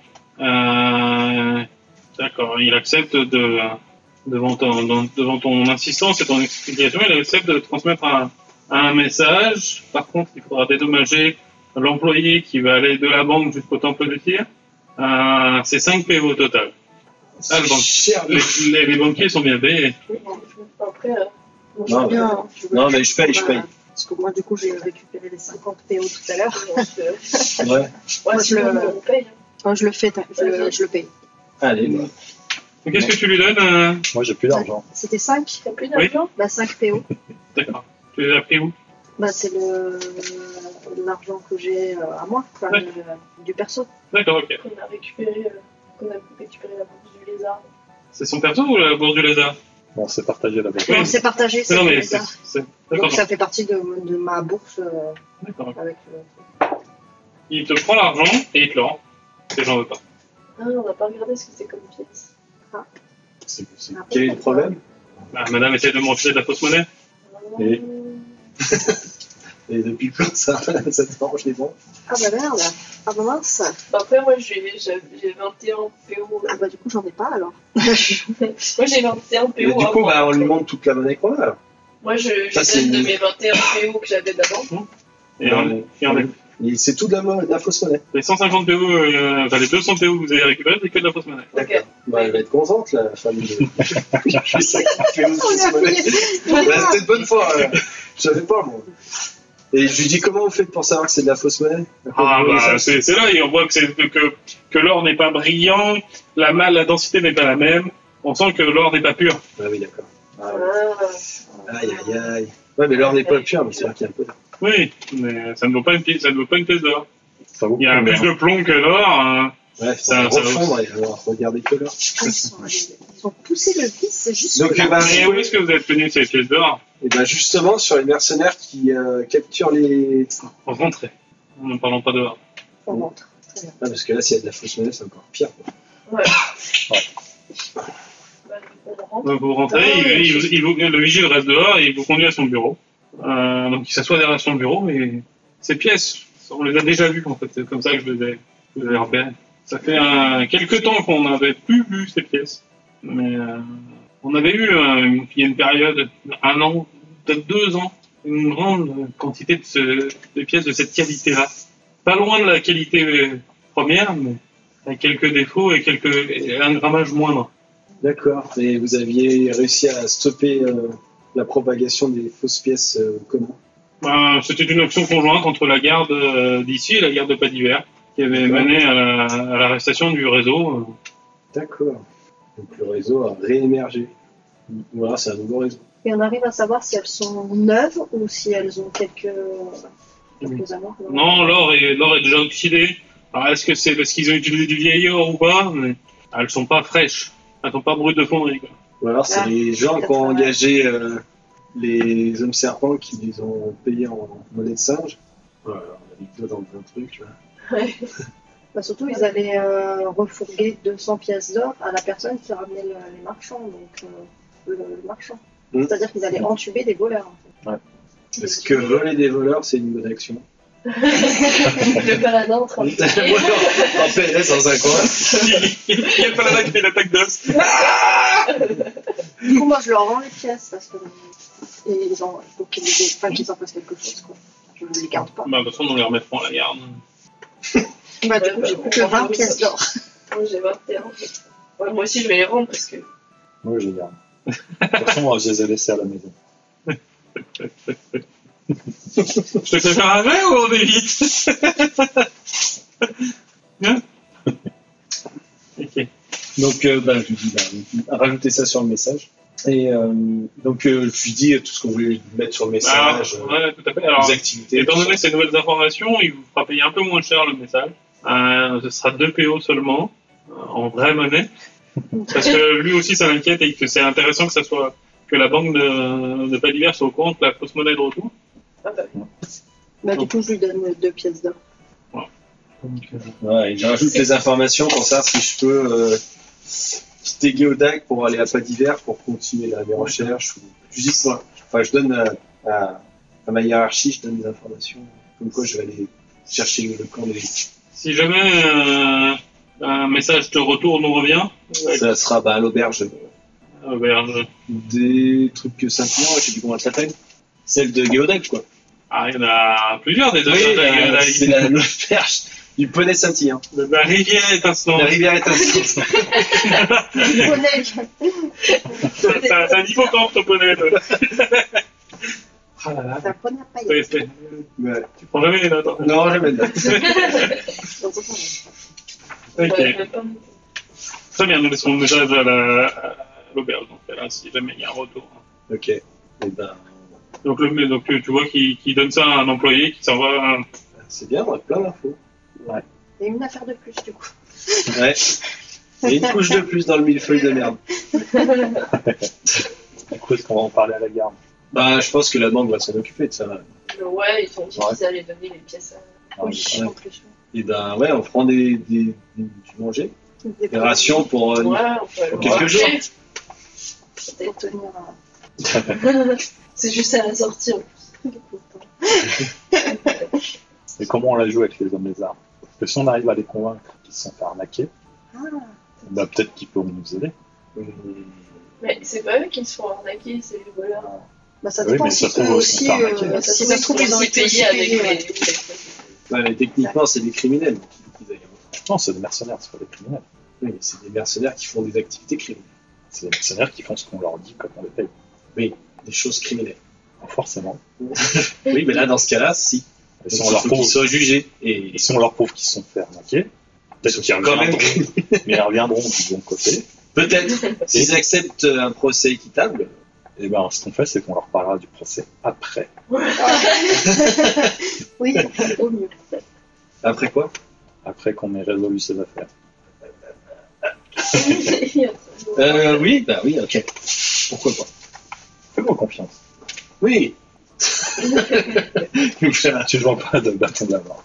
Euh, D'accord, il accepte de, devant ton, dans- devant ton insistance et ton explication, il accepte de transmettre un, un message. Par contre, il faudra dédommager l'employé qui va aller de la banque jusqu'au temple de tir. Euh, c'est cinq P O au total. Ah, le banque.
Cher.
Les, les, les banquiers sont bien payés.
Après, euh,
Moi, je
Non,
veux bien. je veux
Non,
bien.
mais je paye, je paye.
Parce que moi, du coup, j'ai récupéré les cinquante P O tout à l'heure.
donc, euh,
Ouais.
ouais,
Moi,
sinon,
je le-
on paye.
Moi, je le fais, je le, je le paye.
Allez, bah.
Donc, qu'est-ce que tu lui donnes euh,
Moi, j'ai plus d'argent.
C'était cinq.
T'as plus d'argent?
Bah, cinq P O.
D'accord. Tu les as pris où?
Bah, c'est le l'argent que j'ai euh, à moi, enfin,
Ouais.
le- du perso.
D'accord, ok.
Qu'on a récupéré, euh, qu'on a récupéré la bourse du lézard.
C'est son perso ou la bourse du lézard?
Bon, c'est partagé là-bas.
Oui.
Non, c'est partagé, c'est
Non,
le
mais c'est...
lézard.
c'est- D'accord,
Donc ça fait partie de, de ma bourse euh,
d'accord.
avec le...
Il te prend l'argent et il te le rend. Et j'en veux pas.
Ah, on n'a pas regardé ce que c'était comme pièce.
C'est- c'est- Quel est le problème?
Bah, madame essaie de me refiler de la fausse monnaie.
Et-
Et depuis quand ça, ça te mange les bons?
Ah bah merde. Ah bah mince.
Bah, après, moi, j'ai j'ai- j'ai vingt et un P O.
Ah bah du coup j'en ai pas alors.
Moi, j'ai vingt et un P
Et
O.
du
à
coup,
moi.
bah, on lui montre toute la monnaie qu'on a.
Moi, je, je
Ça, c'est
donne de
une-
mes vingt et un P O que j'avais d'avant.
Et en, et en,
Et c'est tout de la, mo- de la fausse monnaie.
Les cent cinquante P O, euh, enfin les deux cents P O que vous avez récupérés, c'est que de la fausse monnaie.
Ok.
Bah, elle va être contente, la famille de. Je suis ça qui fait une fausse monnaie. Bah, c'était de bonne foi. euh, Je savais pas, moi. Et je lui dis comment vous faites pour savoir que c'est de la fausse monnaie?
Ah bah c'est c'est là, et on voit que, c'est, que, que l'or n'est pas brillant, la, ma- la densité n'est pas la même, on sent que l'or n'est pas pur.
Ah oui, d'accord. Ah, ouais.
Ah.
Aïe, aïe, aïe. Ouais, mais l'or n'est pas pur, mais c'est vrai qu'il y a un peu d'or.
Oui, mais ça ne vaut pas une pièce, ça ne vaut pas une pièce d'or.
Ça vaut
Il y a
combien
plus de plomb que l'or. Hein.
Ouais,
Ça-
ça,
ça-
va refondre et alors regarder que l'or.
Ah, Ils, sont- ils ont poussé le vice juste
Donc,
là.
eh ben,
Et où est-ce que vous avez tenu ces pièces d'or?
Et ben justement, sur les mercenaires qui euh, capturent les.
Rentrez. Ne parlons pas dehors.
On rentre. Très bien.
Ah, parce que là, s'il y a de la fausse monnaie, c'est encore pire. Quoi.
Ouais.
Ouais.
Bah, on rentre.
Donc vous rentrez, il, il- il vous- le vigile reste dehors et il vous conduit à son bureau. Euh, donc il s'assoit derrière son bureau et ces pièces, on les a déjà vues en fait, c'est comme ça que je les ai, je les ai repérées. Ça fait un, quelques temps qu'on n'avait plus vu ces pièces, mais euh, on avait eu euh, une, il y a une période, un an, peut-être deux ans, une grande quantité de, ce, de pièces de cette qualité-là. Pas loin de la qualité euh, première, mais avec quelques défauts et quelques et un grammage moindre.
D'accord. Et vous aviez réussi à stopper euh, la propagation des fausses pièces euh, comment?
Ben, c'était une action conjointe entre la garde euh, d'ici et la garde de Pas d'Hiver, qui avait
D'accord.
mené à, la, à l'arrestation du réseau.
D'accord. Donc le réseau a réémergé. Voilà, c'est un nouveau réseau.
Et on arrive à savoir si elles sont neuves ou si elles ont quelques, quelques années.
Non, l'or est, l'or est déjà oxydé. Alors, est-ce que c'est parce qu'ils ont utilisé du vieil or ou pas? Mais elles sont pas fraîches. Elles sont pas brutes de fonderie, quoi.
Ou alors c'est
Ah,
les gens qui
peut-être
ont
vrai.
engagé euh, les hommes serpents qui les ont payés en monnaie de singe. Voilà, on a mis le doigt dans le truc. Tu vois.
Ouais.
Bah, surtout, ils allaient euh, refourguer deux cents pièces d'or à la personne qui ramenait le- les marchands, donc euh, le, le marchand.
Mm.
C'est-à-dire qu'ils allaient entuber des voleurs. En fait.
Est-ce que voler des voleurs, c'est une bonne action?
Le paladin en train de
Voilà, en P L S dans un coin.
Il y a le paladin qui fait l'attaque d'os.
Du coup, moi, je leur rends les pièces parce que et ils ont, il faut qu'ils les- enfin, qu'ils en fassent quelque chose. Quoi. Je ne les garde pas.
Bah, de toute façon, on les remettra à la garde.
Bah, du coup, j'ai plus que vingt pièces d'or.
Moi j'ai vingt et un. Ouais, moi aussi je vais les rendre parce que.
Moi, je garde. De toute façon, moi, je les ai laissés à la maison.
Je te fais faire un jet ou on évite? Hein? Ok.
Donc, euh, bah, je lui dis, bah, rajoutez ça sur le message. Et euh, donc, euh, je lui dis tout ce qu'on voulait mettre sur le
Ah,
message, euh,
ouais, tout à fait. Alors,
les activités.
étant
tout
donné
ça.
ces nouvelles informations, il vous fera payer un peu moins cher le message. Euh, ce sera deux P O seulement, euh, en vraie monnaie. Parce que lui aussi, ça l'inquiète et que c'est intéressant que ça soit, que la banque de, de Pas d'Hiver soit au courant que la fausse monnaie est de retour.
Ah bah,
Bah, du coup, je lui donne deux pièces d'or.
Ouais, et je rajoute les informations pour savoir si je peux euh, quitter Géodac pour aller à Pas d'Hiver pour continuer là, mes recherches. Ou... Je dis quoi. Enfin, je donne à, à, à ma hiérarchie, je donne des informations. Comme quoi, je vais aller chercher le, le camp des.
Si jamais euh, un message de retour nous revient,
Ça sera bah, à l'auberge.
euh, auberge.
Des trucs que Saint-Pierre, je sais plus comment elle s'appelle. Celle de Géodac, quoi.
Ah, il y en a plusieurs des
Oui,
auberges de
la-
Géodac.
c'est la- l'auberge du poney scintillant.
La rivière étincelante.
La rivière est ainsi.
Poney.
C'est un- c'est un hippocampe, ton poney. toi. Ah là là.
C'est un poney à
Oui,
paillettes.
c'est-
Ouais.
Tu prends jamais les notes. hein.
Non, jamais de date.
Donc, c'est bon.
Ok.
ouais, pas-
Très bien, nous laissons le message à la- à l'auberge. Donc là, si jamais il y a un retour.
Ok. Et ben,
Donc, le, donc tu tu vois qu'il qu'il donne ça à un employé qui s'en va. euh,
c'est bien, on a plein d'infos.
Et une affaire de plus, du coup.
Ouais. Et une couche de plus dans le millefeuille de merde.
Du coup, est-ce qu'on va en parler à la garde?
Bah, je pense que la banque va s'en occuper de ça.
Ouais, ils ont dit qu'ils allaient donner les pièces à.
Oui,
ouais.
en plus.
Et ben, ouais, on prend des, des, des- du manger, des rations pour. euh,
Ouais, on peut aller
pour
au
quelques
marché.
jours.
Pour tenir un...
C'est juste à la sortie en plus.
Et comment on la joue avec les hommes lézards? Parce que si on arrive à les convaincre qu'ils se sont fait arnaquer,
Ah,
bah, peut-être qu'ils pourront nous aider.
euh,
Mais c'est pas eux qui se font arnaquer, c'est les voleurs.
bah, ça
Oui,
dépend
mais
si
ça se trouve
eux
aussi
aussi,
par arnaquer.
euh, si ça se trouve, ils ont été
payés
aussi
avec
payés,
les.
ouais.
Ouais, mais techniquement, c'est des criminels. qui- qui aillent.
Non, c'est des mercenaires, c'est pas des criminels.
Oui, mais c'est des mercenaires qui font des activités criminelles.
C'est des mercenaires qui font ce qu'on leur dit quand on les paye.
Oui, des choses criminelles.
Pas forcément.
Oui, mais là, dans ce cas-là, si.
Et si
Donc,
on
il
leur
faut qu'ils
prouve,
soient jugés. Et
et si on leur prouve qu'ils se sont fait arnaquer, peut-être qu'ils
quand même.
reviendront, mais ils reviendront du bon côté.
Peut-être. S'ils acceptent un procès équitable.
Et ben, ce qu'on fait, c'est qu'on leur parlera du procès après.
Oui, au mieux.
Après quoi?
Après qu'on ait résolu ces affaires.
Euh, oui, bah oui, ok. Pourquoi pas?
Fais-moi confiance.
Oui.
Tu ne vends pas de bâton de la mort.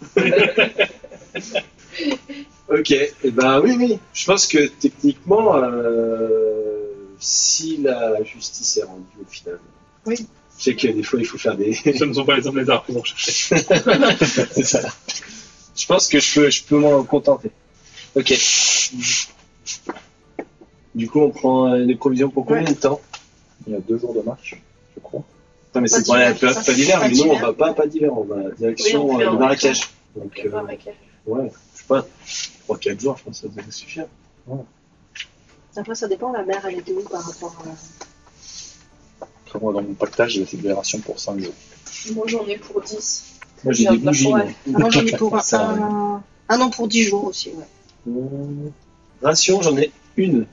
Ok, et ben oui, oui. Je pense que techniquement, euh, si la justice est rendue au final.
Oui.
Je sais que des fois il faut faire des.
Ce ne sont pas les hommes lézards que vous recherchez.
C'est ça. Je pense que je peux, je peux m'en contenter. Ok. Du coup, on prend euh, des provisions pour combien
Ouais.
de temps?
Il y a deux jours de marche, je crois.
Non, mais
Pas
c'est pour aller à
d'hiver,
pas,
ça.
pas d'hiver,
Pas
mais nous on
d'hiver.
va pas à pas d'hiver, on va à direction
Oui, on fait
euh,
un
le marécage. Donc,
Donc,
euh,
euh,
ouais, je sais pas, trois quatre jours, je pense que ça devrait suffire.
Après, ça dépend, la mer, elle était où par rapport à...
Après, moi, dans mon pactage, j'ai fait des rations pour cinq jours.
Moi, j'en ai pour dix.
Moi j'ai
Bien,
des bougies.
ouais.
moi.
Ah, moi, j'en ai pour un,
Ça,
un... un an pour dix jours aussi, ouais.
Euh, Ration, j'en ai une.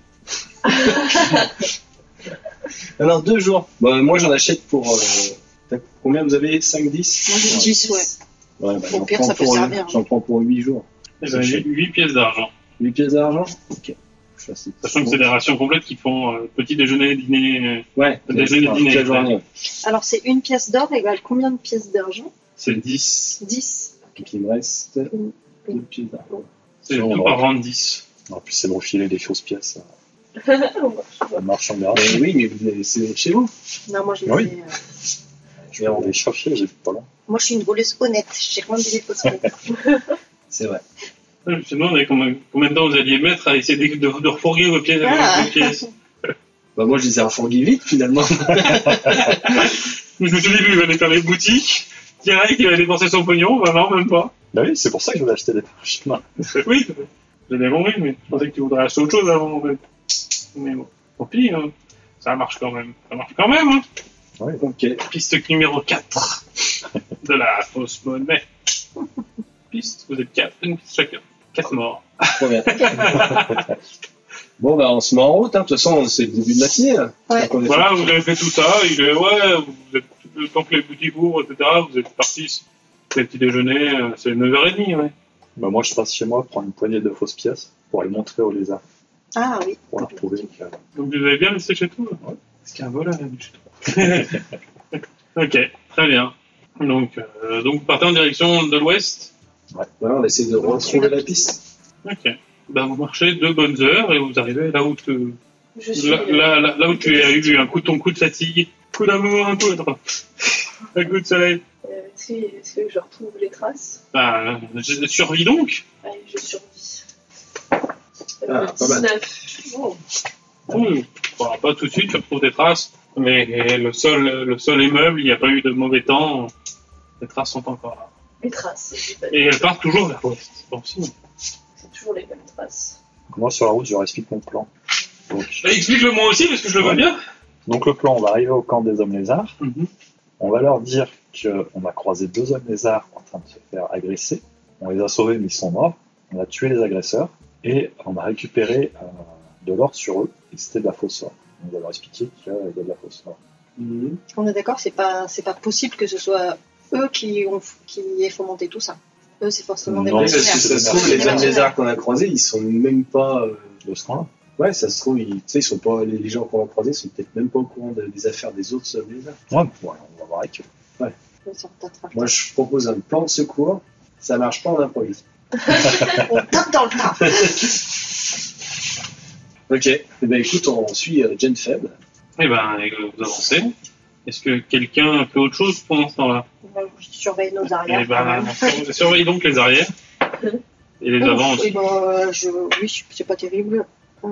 Alors deux jours. Bah, moi j'en achète pour. Euh, t'as- combien vous avez? cinq, dix?
Moi, j'ai dix, ouais.
Ouais, bah,
Au
j'en
pire,
prends
ça peut
pour-
servir.
J'en prends pour huit jours.
Eh ben, huit pièces d'argent.
huit pièces d'argent? Ok. Je fais assez.
Sachant que c'est des rations complètes qui font euh, petit déjeuner, dîner.
Ouais,
Déjeuner,
toute
dîner,
la journée.
Alors, c'est une pièce d'or égale combien de pièces d'argent?
C'est dix.
dix.
Donc il me reste deux pièces d'argent.
C'est
Non,
tout
non.
par rendre dix.
En plus, c'est de refiler des fausses pièces à un marchand de
Mais
rations.
oui, mais vous avez- c'est chez vous.
Non, moi, je les
Oui.
ai, euh,
Je vais aller chercher, j'ai pas loin.
Moi, je suis une voleuse honnête. J'ai rien dit des fausses pièces.
C'est vrai.
Je me demandais combien, combien de temps vous alliez mettre à essayer de, de, de refourguer vos pièces.
Ah.
vos pièces.
Bah moi je les ai refourgués vite finalement.
Je me suis dit, lui, il va aller faire les boutiques. Direct, il va dépenser son pognon. Bah non, même pas.
Bah oui, c'est pour ça que je voulais acheter des parchemins.
Oui, j'ai bien compris, mais je pensais que tu voudrais acheter autre chose avant. En fait. Mais bon, tant pis, hein. Ça marche quand même. Ça marche quand même, hein.
Ok.
Piste numéro quatre de la fausse monnaie. Piste, vous êtes quatre, une piste chacun. Quatre morts.
Trop bien. Bon bah on se met en route, hein. De toute façon c'est le début de matinée là.
Ouais.
Donc, on est
Voilà,
fait-
vous avez fait tout ça, il est, ouais, vous êtes, le temps que les boutiques ouvrent, et cetera, vous êtes partis, le petit déjeuner, euh, c'est neuf heures trente, ouais.
Bah moi, je passe chez moi, prendre une poignée de fausses pièces pour les montrer aux lézards,
Ah oui.
pour leur prouver que...
Donc vous avez bien laissé chez toi,
Ouais.
Est-ce qu'il y a un voleur là, chez toi? Ok, très bien. Donc, euh, donc vous partez en direction de l'ouest.
Voilà, on essaie de retrouver la piste.
Ok. Ben, vous marchez deux bonnes heures et vous arrivez là où, te,
Je suis.
là, là, là, là où tu as eu un coup, ton coup de fatigue, coup d'amour, un coup de, un coup de soleil.
Euh, Est-ce que, est-ce que je retrouve les traces?
Ben, je survis donc.
Allez, je survis.
Ah,
Euh,
pas mal.
dix-neuf. Oh.
Oui, bon, pas tout de suite, tu retrouves des traces, mais le sol, le sol est meuble, il n'y a pas eu de mauvais temps, les traces sont encore là.
Les traces. j'ai pas-
Et elles partent toujours vers l'ouest. Bon, si.
C'est toujours les mêmes traces.
Moi, sur la route, je leur explique mon plan. Donc,
Explique-le moi aussi, parce que je le vois bien.
donc le plan, on va arriver au camp des hommes lézards. On va leur dire qu'on a croisé deux hommes lézards en train de se faire agresser. On les a sauvés, mais ils sont morts. On a tué les agresseurs. Et on a récupéré euh, de l'or sur eux. Et c'était de la fausse or. On va leur expliquer qu'il y a de la fausse or.
Mhm.
On est d'accord, c'est pas, c'est pas possible que ce soit eux qui ont, qui aient fomenté tout ça. Eux, c'est forcément des
Non,
Oui, parce que
mercenaires.
ça se trouve,
C'est
les
des
hommes
mercenaires.
lézards qu'on a croisés, ils sont même pas. euh,
De ce camp-là.
Ouais, ça se trouve, ils, tu sais, ils sont pas. Les les gens qu'on a croisés sont peut-être même pas au courant de- des affaires des autres hommes lézards.
Ouais, ouais, on va voir avec eux.
Ils sont peut-être-
Moi, je propose un plan de secours. Ça marche pas, on improvise.
On tape dans le tas.
Ok. Eh ben, écoute, on suit euh, Jen Feb.
Eh ben, et, euh, vous avancez. Est-ce que quelqu'un fait autre chose pendant ce temps-là?
Je surveille nos
Eh
arrières. quand
ben,
même.
sur- surveille donc les arrières et les avant
Ouf,
aussi.
eh ben, je... Oui, c'est pas terrible. Euh...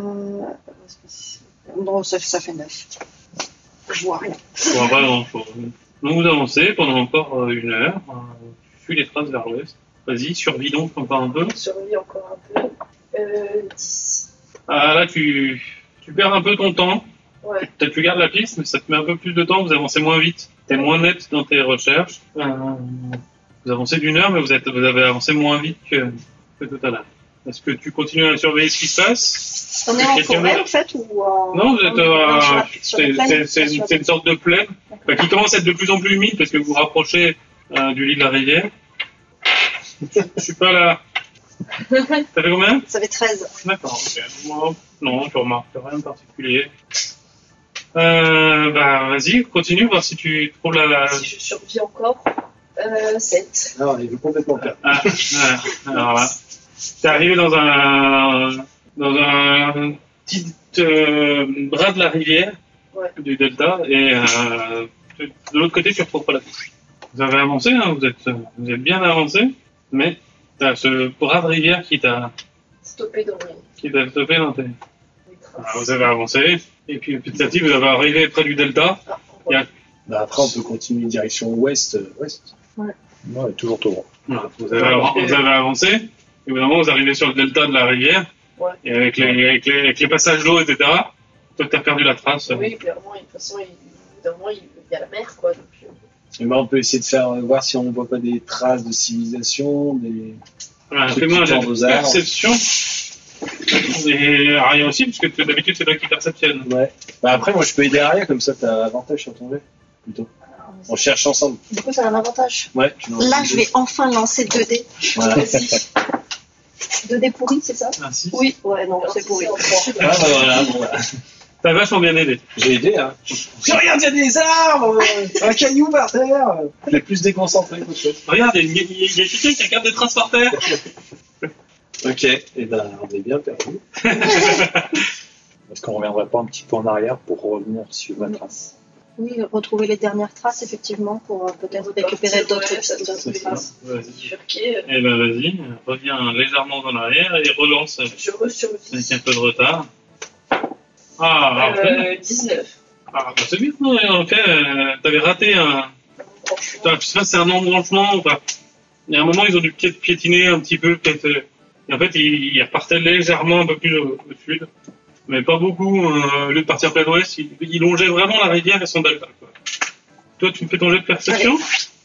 Non, ça, ça fait neuf. Je vois rien.
Bon, pas grand-chose. Donc vous avancez pendant encore euh, une heure. Euh, suis les traces vers l'ouest. Vas-y, survis donc encore un peu.
On survit encore un peu. Euh, dix.
Ah là, tu, tu perds un peu ton temps.
Ouais.
Peut-être tu gardes la piste, mais ça te met un peu plus de temps, vous avancez moins vite. T'es moins net dans tes recherches. Euh, vous avancez d'une heure, mais vous, êtes, vous avez avancé moins vite que, que tout à l'heure. Est-ce que tu continues à surveiller ce qui se passe?
On est en
Quelqu'un
forêt
d'autre
en fait ou en...
Non, vous êtes,
en-
euh,
sur la- sur la
c'est
plaine,
c'est- c'est
sur
une,
la
c'est une sorte de plaine enfin, qui commence à être de plus en plus humide parce que vous vous rapprochez euh, du lit de la rivière. Je suis pas là. T'as fait combien?
Ça fait treize.
D'accord, ok. Moi, non, je remarque rien de particulier. Euh, bah, vas-y, continue, voir si tu trouves la... la...
Si je survis encore, euh, sept.
Non, il veut complètement perdre.
Ah, ah, alors là. T'es arrivé dans un... dans un petit euh, bras de la rivière,
Ouais.
du delta, et euh, de de l'autre côté, tu retrouves pas la piste. Vous avez avancé, hein, vous êtes, vous êtes bien avancé, mais t'as ce bras de rivière qui t'a,
Stoppé dans les,
qui t'a stoppé dans tes...
les
Ah,
traces.
vous avez avancé, et puis petit à petit, vous avez arrivé près du delta.
Ah,
Il y a-
Bah, après, on peut continuer direction ouest. euh, ouest.
Ouais, toujours tout droit.
Voilà, vous, avez, av- vous avez avancé, et au bout d'un moment, vous arrivez sur le delta de la rivière,
Ouais.
et avec les, avec les, avec les passages d'eau, et cetera, toi, t'as perdu la trace.
Oui, clairement, et de toute façon, il, au bout d'un moment, il il y a la mer, quoi. Donc, euh,
Et ben, on peut essayer de faire euh, voir si on voit pas des traces de civilisation, des.
Voilà,
Ceux
fais-moi un
qui
jet
tendent aux
de
arbres.
perception. Et rien aussi, parce que tu- d'habitude, c'est toi qui perceptionne.
Ouais. Bah, après, moi, je peux aider Aria, comme ça, t'as avantage sur ton jet. Plutôt. On cherche ensemble.
Du coup, ça a un avantage.
Ouais. tu lances
Là,
deux
je
dés.
vais enfin lancer deux dés.
Voilà.
vas-y.
deux dés pourris, c'est ça?
Ah, si.
Oui, ouais, non,
Alors,
c'est
si
pourri.
en trois.
Ah, bah, voilà, bon, voilà.
T'as vachement bien aidé.
J'ai aidé, hein. Mais regarde, il y a des arbres, euh, un caillou par terre. Je l'ai plus déconcentré qu'autre chose.
Regarde, il y, a- il y a quelqu'un qui regarde des traces par terre.
Ok. Et ben, on est bien perdu.
Est-ce qu'on reviendrait pas un petit peu en arrière pour revenir suivre la trace?
Oui, retrouver les dernières traces, effectivement, pour euh, peut-être
Repartir,
récupérer d'autres
ouais, ça doit
d'autres
se
traces.
Vas-y.
Bifurqué, euh,
Eh ben, vas-y, reviens légèrement en arrière et relance
je resurvis.
avec un peu de retard. Ah, ah,
Euh, dix-neuf.
ah, bah, c'est bien. Ouais, en fait, euh, t'avais raté un. Putain, je sais pas, c'est un embranchement. Enfin, il y a un moment, ils ont dû peut-être piétiner un petit peu, peut-être. euh, Et en fait, ils, ils repartaient légèrement un peu plus au, au sud, mais pas beaucoup. euh, au lieu de partir plein ouest, ils, ils longeaient vraiment la rivière et son delta. Quoi. Toi, tu me fais ton jet de perception.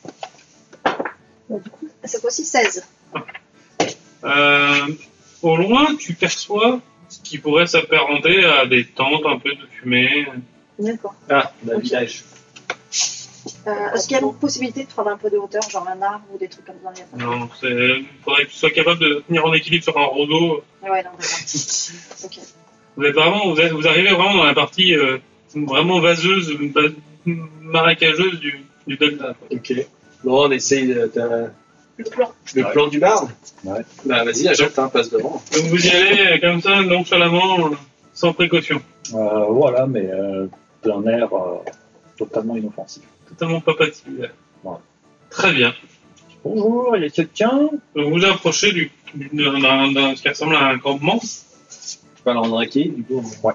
Donc, du coup, cette fois-ci seize.
Euh, au loin, tu perçois ce qui pourrait s'apparenter à des tentes, un peu de fumée.
D'accord.
Ah, on a
Ok.
village.
Euh, Est-ce qu'il y a une possibilité de prendre un peu de hauteur, genre un arbre ou des trucs comme ça? Il y a pas-
Non, il faudrait que tu sois capable de tenir en équilibre sur un roseau.
Ah ouais, non, d'accord. Ok.
Vous êtes vraiment, vous, êtes, vous arrivez vraiment dans la partie euh, vraiment vaseuse, va- marécageuse du, du delta. quoi.
Ok. Bon, on essaye de. t'as
Le plan.
Le
Ouais.
plan du barde.
Ouais.
Bah, vas-y, achète, hein, passe devant.
Donc vous y allez euh, comme ça, nonchalamment, euh, sans précaution.
Euh, voilà, mais euh, d'un air euh, totalement inoffensif.
Totalement pas patine.
Ouais.
Très bien.
Bonjour, il y a quelqu'un?
Donc vous approchez du, du- d'un, d'un- d'un- ce qui ressemble à un campement.
Je peux l'en draquer, du coup.
Ouais.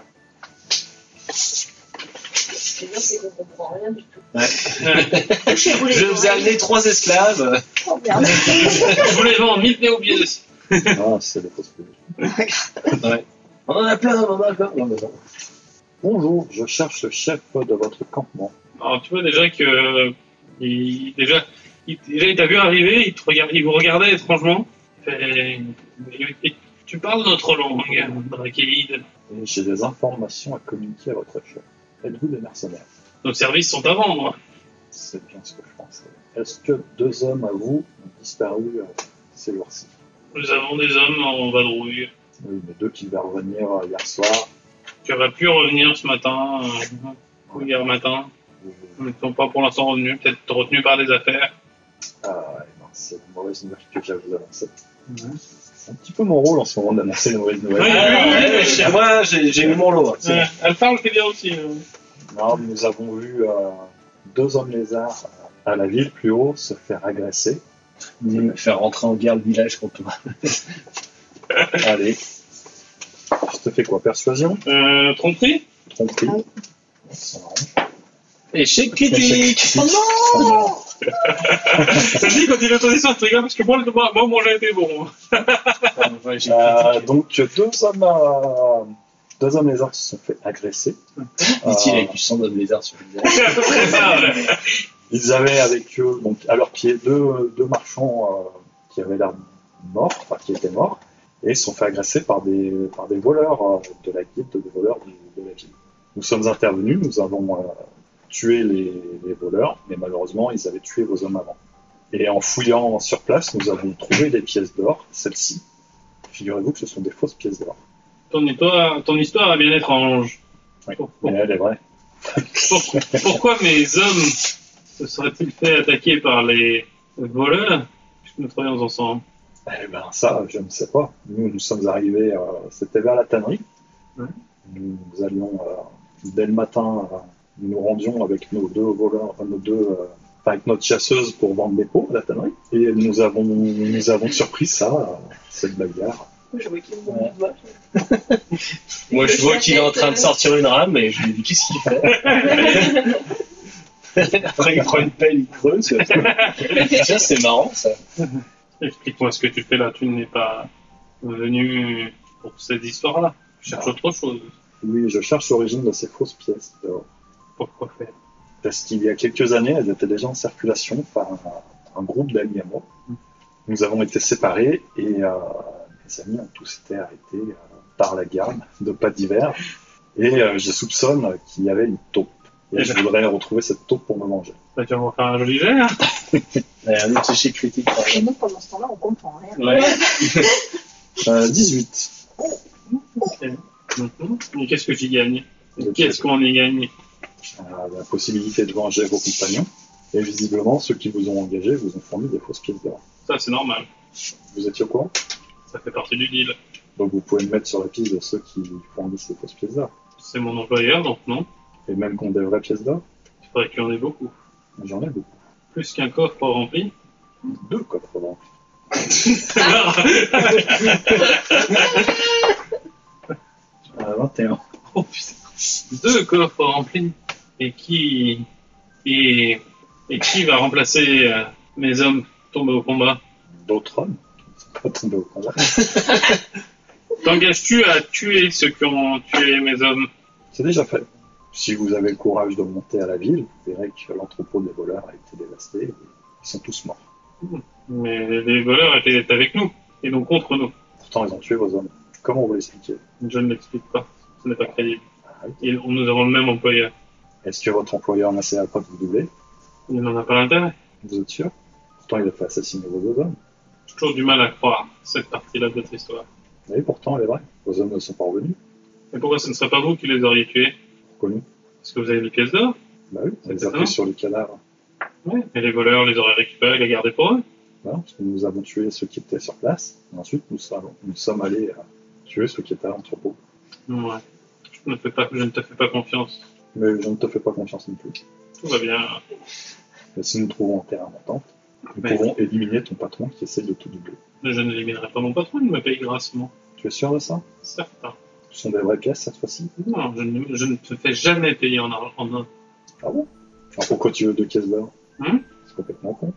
Ce qui est bien, c'est qu'on comprend rien du tout.
Euh,
Touchez-vous les
Je vous ai
oreilles.
amené trois esclaves.
Oh, merde.
je vous les vends, mille néo-bies.
Ah, c'est des fausses pubs.
Ouais. On en a plein, on en a plein. Non, mais non.
Bonjour, je cherche le chef de votre campement.
Alors tu vois déjà que euh, il, déjà, il, déjà il t'a vu arriver, il te regarde, il vous regardait étrangement. Et, et- et tu parles notre langue, Drakeid.
Et j'ai des informations à communiquer à votre chef. Êtes-vous des mercenaires?
Nos services sont à vendre.
C'est bien ce que je pensais. Est-ce que deux hommes à vous ont disparu euh, ces jours-ci?
Nous avons des hommes en vadrouille.
Oui, mais deux qui devaient revenir euh, hier soir.
Tu aurais pu revenir ce matin, euh, ou hier matin.
Euh,
Ils ne sont pas pour l'instant revenus, peut-être retenus par des affaires.
Ah ouais, non, c'est une mauvaise nouvelle que j'ai à vous annoncer. C'est un petit peu mon rôle en ce moment d'annoncer les mauvaises nouvelles.
Oui,
Ah,
oui,
ouais,
oui.
chez moi, j'ai j'ai eu mon lot. hein, c'est
Ouais, elle parle, c'est bien aussi. euh.
Non, nous avons vu euh, deux hommes lézards euh, à la ville plus haut se faire agresser.
bon. Me faire rentrer en guerre le village contre toi.
Allez. Je te fais quoi? Persuasion?
Euh, tromperie
Tromperie?
Ah oui.
Ça marrant.
Échec critique.
Oh non!
Ça dit quand il est ton histoire, tu rigoles parce que moi, le- moi, moi, mon jeu était bon.
Ouais, j'ai
Euh, donc deux hommes, euh, deux hommes lézards se sont fait agresser.
dit-il
Euh,
avec du sang d'homme lézard sur le visage.
C'est à peu près ça, ouais.
Ils avaient avec eux, donc à leurs pieds, deux, deux marchands euh, qui avaient l'air morts, enfin qui étaient morts, et ils se sont fait agresser par des, par des voleurs euh, de la guilde, des voleurs du- de la ville. Nous sommes intervenus, nous avons euh, tué les, les voleurs, mais malheureusement ils avaient tué vos hommes avant. Et en fouillant sur place, nous avons trouvé des pièces d'or, celles-ci. Figurez-vous que ce sont des fausses pièces d'or.
Ton histoire, ton histoire est bien étrange.
Oui.
Pour-
Mais elle est vraie.
pour- pourquoi mes hommes se seraient-ils fait attaquer par les voleurs puisque nous travaillons ensemble?
Eh ben ça, je ne sais pas. Nous, nous sommes arrivés, euh, c'était vers la tannerie.
Ouais.
Nous, nous allions, euh, dès le matin, euh, nous nous rendions avec nos deux voleurs, euh, nos deux, euh, enfin, avec notre chasseuse pour vendre des pots à la tannerie. Et nous avons, nous avons surpris ça, euh, cette bagarre.
Je vois qu'il me
Ouais.
voit.
Moi, je vois qu'il est en train de sortir une rame et je lui dis qu'est-ce qu'il fait. Après, il prend une pelle, il creuse. Tiens, c'est marrant ça.
Explique-moi ce que tu fais là. Tu n'es pas venu pour cette histoire-là. Tu cherches autre chose.
Oui, je cherche l'origine de ces fausses pièces d'or.
Pourquoi faire?
Parce qu'il y a quelques années, elles étaient déjà en circulation par un, un groupe d'amis à moi. Nous avons été séparés et euh, mes amis ont tous été arrêtés euh, par la garde de pas d'hiver. Et euh, je soupçonne qu'il y avait une taupe. Et je voudrais retrouver cette taupe pour me manger.
Bah, tu vas m'en faire un joli jet, hein.
Ouais, un autre échec critique. par
Et
exemple.
nous, pendant ce temps-là, on comprend rien.
Ouais.
Euh, dix-huit.
Mhm. Et qu'est-ce que j'y gagne?
Ok.
Qu'est-ce qu'on y gagne?
Euh, la possibilité de venger vos compagnons. Et visiblement, ceux qui vous ont engagé vous ont fourni des fausses pièces d'or.
Ça, c'est normal.
Vous étiez au courant?
Ça fait partie du deal.
Donc vous pouvez me mettre sur la piste de ceux qui fournissent ces fausses pièces d'or.
C'est mon employeur, donc non.
Et même qu'on des vraies pièces d'or,
Il faudrait qu'il y en ait beaucoup.
j'en ai beaucoup.
Plus qu'un coffre rempli.
Deux coffres remplis.
Euh, vingt et un.
Oh putain. Deux coffres remplis. Et qui. Et, et qui va remplacer euh, mes hommes tombés au combat?
D'autres hommes qui ne sont pas tombés au combat.
T'engages-tu à tuer ceux qui ont tué mes hommes?
C'est déjà fait. Si vous avez le courage de monter à la ville, vous verrez que l'entrepôt des voleurs a été dévasté et ils sont tous morts.
Mais les voleurs étaient avec nous, et donc contre nous.
Pourtant, ils ont tué vos hommes. Comment vous l'expliquez?
Je ne l'explique pas. Ce n'est pas crédible.
Ah oui.
Et nous avons le même employeur.
Est-ce que votre employeur n'essaiera pas de vous doubler?
Il n'en a pas l'intérêt.
Vous êtes sûr? Pourtant, il a fait assassiner vos deux hommes.
J'ai toujours du mal à croire cette partie-là de votre histoire.
Oui, pourtant, elle est vraie. Vos hommes ne sont pas revenus.
Et pourquoi ce ne serait pas vous qui les auriez tués?
Pourquoi nous?
Parce que vous avez les pièces d'or?
Bah oui, on
C'est
les a
ça.
pris sur les cadavres.
Oui. Et les voleurs les auraient récupérés et les gardés pour eux?
Voilà, parce que nous avons tué ceux qui étaient sur place. Et ensuite, nous sommes, nous sommes allés euh, tuer ceux qui étaient à l'entrepôt.
Ouais. Je ne, fais pas, je ne te fais pas confiance.
Mais je ne te fais pas confiance non plus.
Tout va bien.
Mais si nous trouvons un terrain d'entente, nous
Mais-
pouvons éliminer ton patron qui essaie de te doubler.
Je n'éliminerai pas mon patron, il me paye grassement.
Tu es sûr de ça?
Certain.
Ce sont des vraies pièces cette fois-ci?
Non, je ne, je ne te fais jamais payer en argent. En... or.
Ah bon? Alors pourquoi tu veux deux caisses d'or?
Hum
C'est complètement con.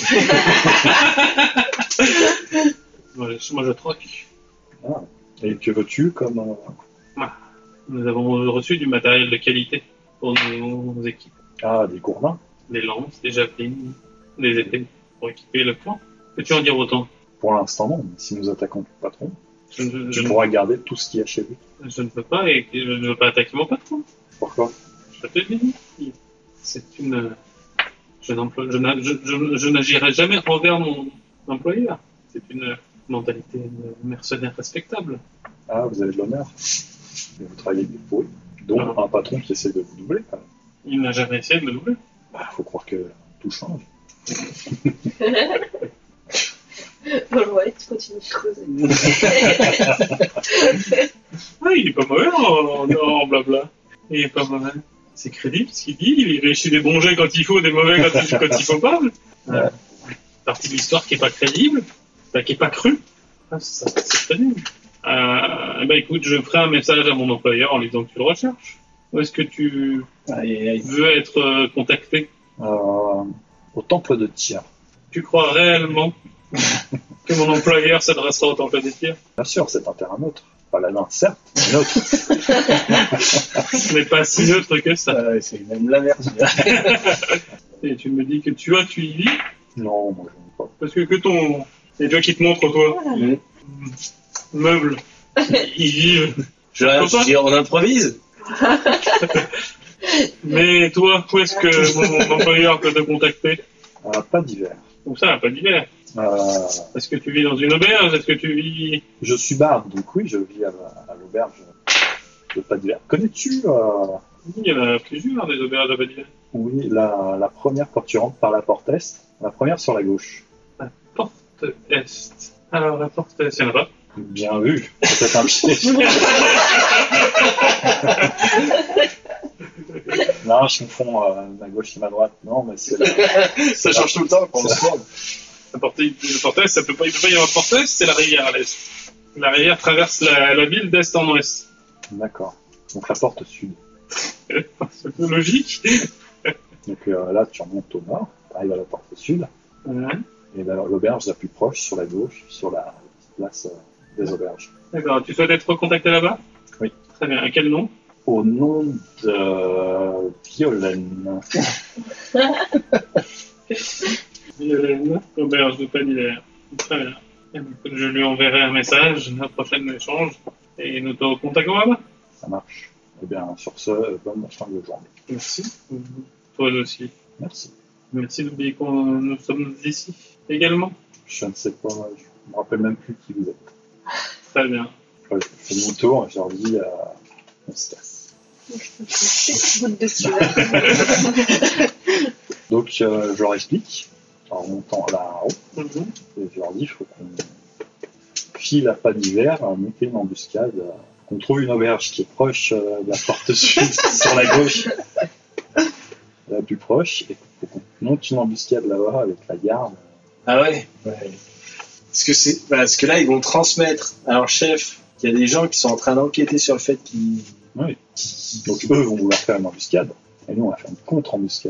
Ouais, moi, je troque.
Ah. Et que veux-tu comme... euh,
Nous avons reçu du matériel de qualité pour nos équipes.
Ah, des gourdins?
Des lances, des javelines, des épées pour équiper le clan. Peux-tu en dire autant?
Pour l'instant non, mais si nous attaquons ton patron,
je, ne-
tu
je,
pourras garder tout ce qu'il y a chez lui.
ne- je ne peux pas et je ne veux pas attaquer mon patron.
Pourquoi?
Je te le dis. C'est une. Je, n'emploie- je, n'a- je, je- je n'agirai jamais envers mon employeur. C'est une mentalité de mercenaire respectable.
Ah, vous avez de l'honneur. Mais vous travaillez avec des fous, dont
Ah.
un patron qui essaie de vous doubler. quand même.
Il n'a jamais essayé de me doubler.
Bah, faut croire que tout change.
Bon, ouais, tu continues de creuser.
Ah, il est pas mauvais en, en, en blabla. Il est pas mauvais. C'est crédible ce qu'il dit. Il réussit des bons jets quand il faut, des mauvais quand il, quand il faut pas. Euh, partie de l'histoire qui est pas crédible, enfin, qui est pas crue. Ah, ça, c'est crédible. Euh, eh ben écoute, je ferai un message à mon employeur en lui disant que tu le recherches. Où est-ce que tu
Aïe, aïe, aïe.
veux être euh, contacté?
Euh, au temple de Tyr.
Tu crois réellement que mon employeur s'adressera au temple de Tyr?
Bien sûr, c'est un terrain neutre. Pas la main, certes, mais neutre.
Ce n'est pas si neutre que ça.
Ouais, c'est même la merde.
Et tu me dis que tu vois, tu y vis?
Non, moi je ne pas.
Parce que que ton... Et toi qui te montre, toi,
Mmh.
meuble, ils vivent.
Je, je dis, on improvise.
Mais toi, où est-ce que mon employeur peut te contacter?
Euh, pas d'hiver.
Ou ça, pas d'hiver.
Euh,
Est-ce que tu vis dans une auberge? Est-ce que tu vis...
je suis barde, donc oui, je vis à, à l'auberge de pas d'hiver. Connais-tu euh,
Il y en a plusieurs, des auberges à pas d'hiver.
oui, la, la première quand tu rentres par la porte est, la première sur la gauche.
La porte est. Alors, la porte est, il y en a pas.
Bien vu, c'est un piège. Non, je confonds euh, ma gauche et ma droite. Non, mais c'est la...
Ça change tout le temps quand on se tourne.
La porte, la porte est, ça peut pas, il peut pas y avoir porte est, c'est la rivière à l'est. La rivière traverse la, la ville d'est en ouest.
D'accord. Donc la porte sud.
C'est logique.
Donc euh, là, tu remontes au nord, tu arrives à la porte sud,
Ouais.
et là, l'auberge la plus proche, sur la gauche, sur la place euh, des auberges.
D'accord, tu souhaites être recontacté là-bas?
Oui.
Très bien, à quel nom?
Au nom de euh, Violaine.
Violaine, auberge de Panilaire. Très bien. Eh bien, écoute, je lui enverrai un message, notre prochain échange, et nous te recontacterons là-bas.
Ça marche. Eh bien, sur ce, euh, bonne fin de journée.
Merci. Toi aussi.
Merci.
Merci d'oublier que nous sommes ici également.
Je ne sais pas, je me rappelle même plus qui vous êtes.
Très bien.
Ouais, je fais mon tour et je leur dis, euh, on se casse.
Petite goutte de sueur.
Donc, euh, je leur explique, en remontant là en haut,
Mhm.
et je leur dis, il faut qu'on file à pas d'hiver, à monter une embuscade, euh, qu'on trouve une auberge qui est proche euh, de la porte sud, sur la gauche, la plus proche, et faut qu'on monte une embuscade là-bas avec la garde.
Ah ouais, ouais. Parce que, c'est, parce que là, ils vont transmettre à leur chef qu'il y a des gens qui sont en train d'enquêter sur le fait qu'ils...
Oui. Donc, eux vont vouloir faire une embuscade, et nous, on va faire une contre-embuscade.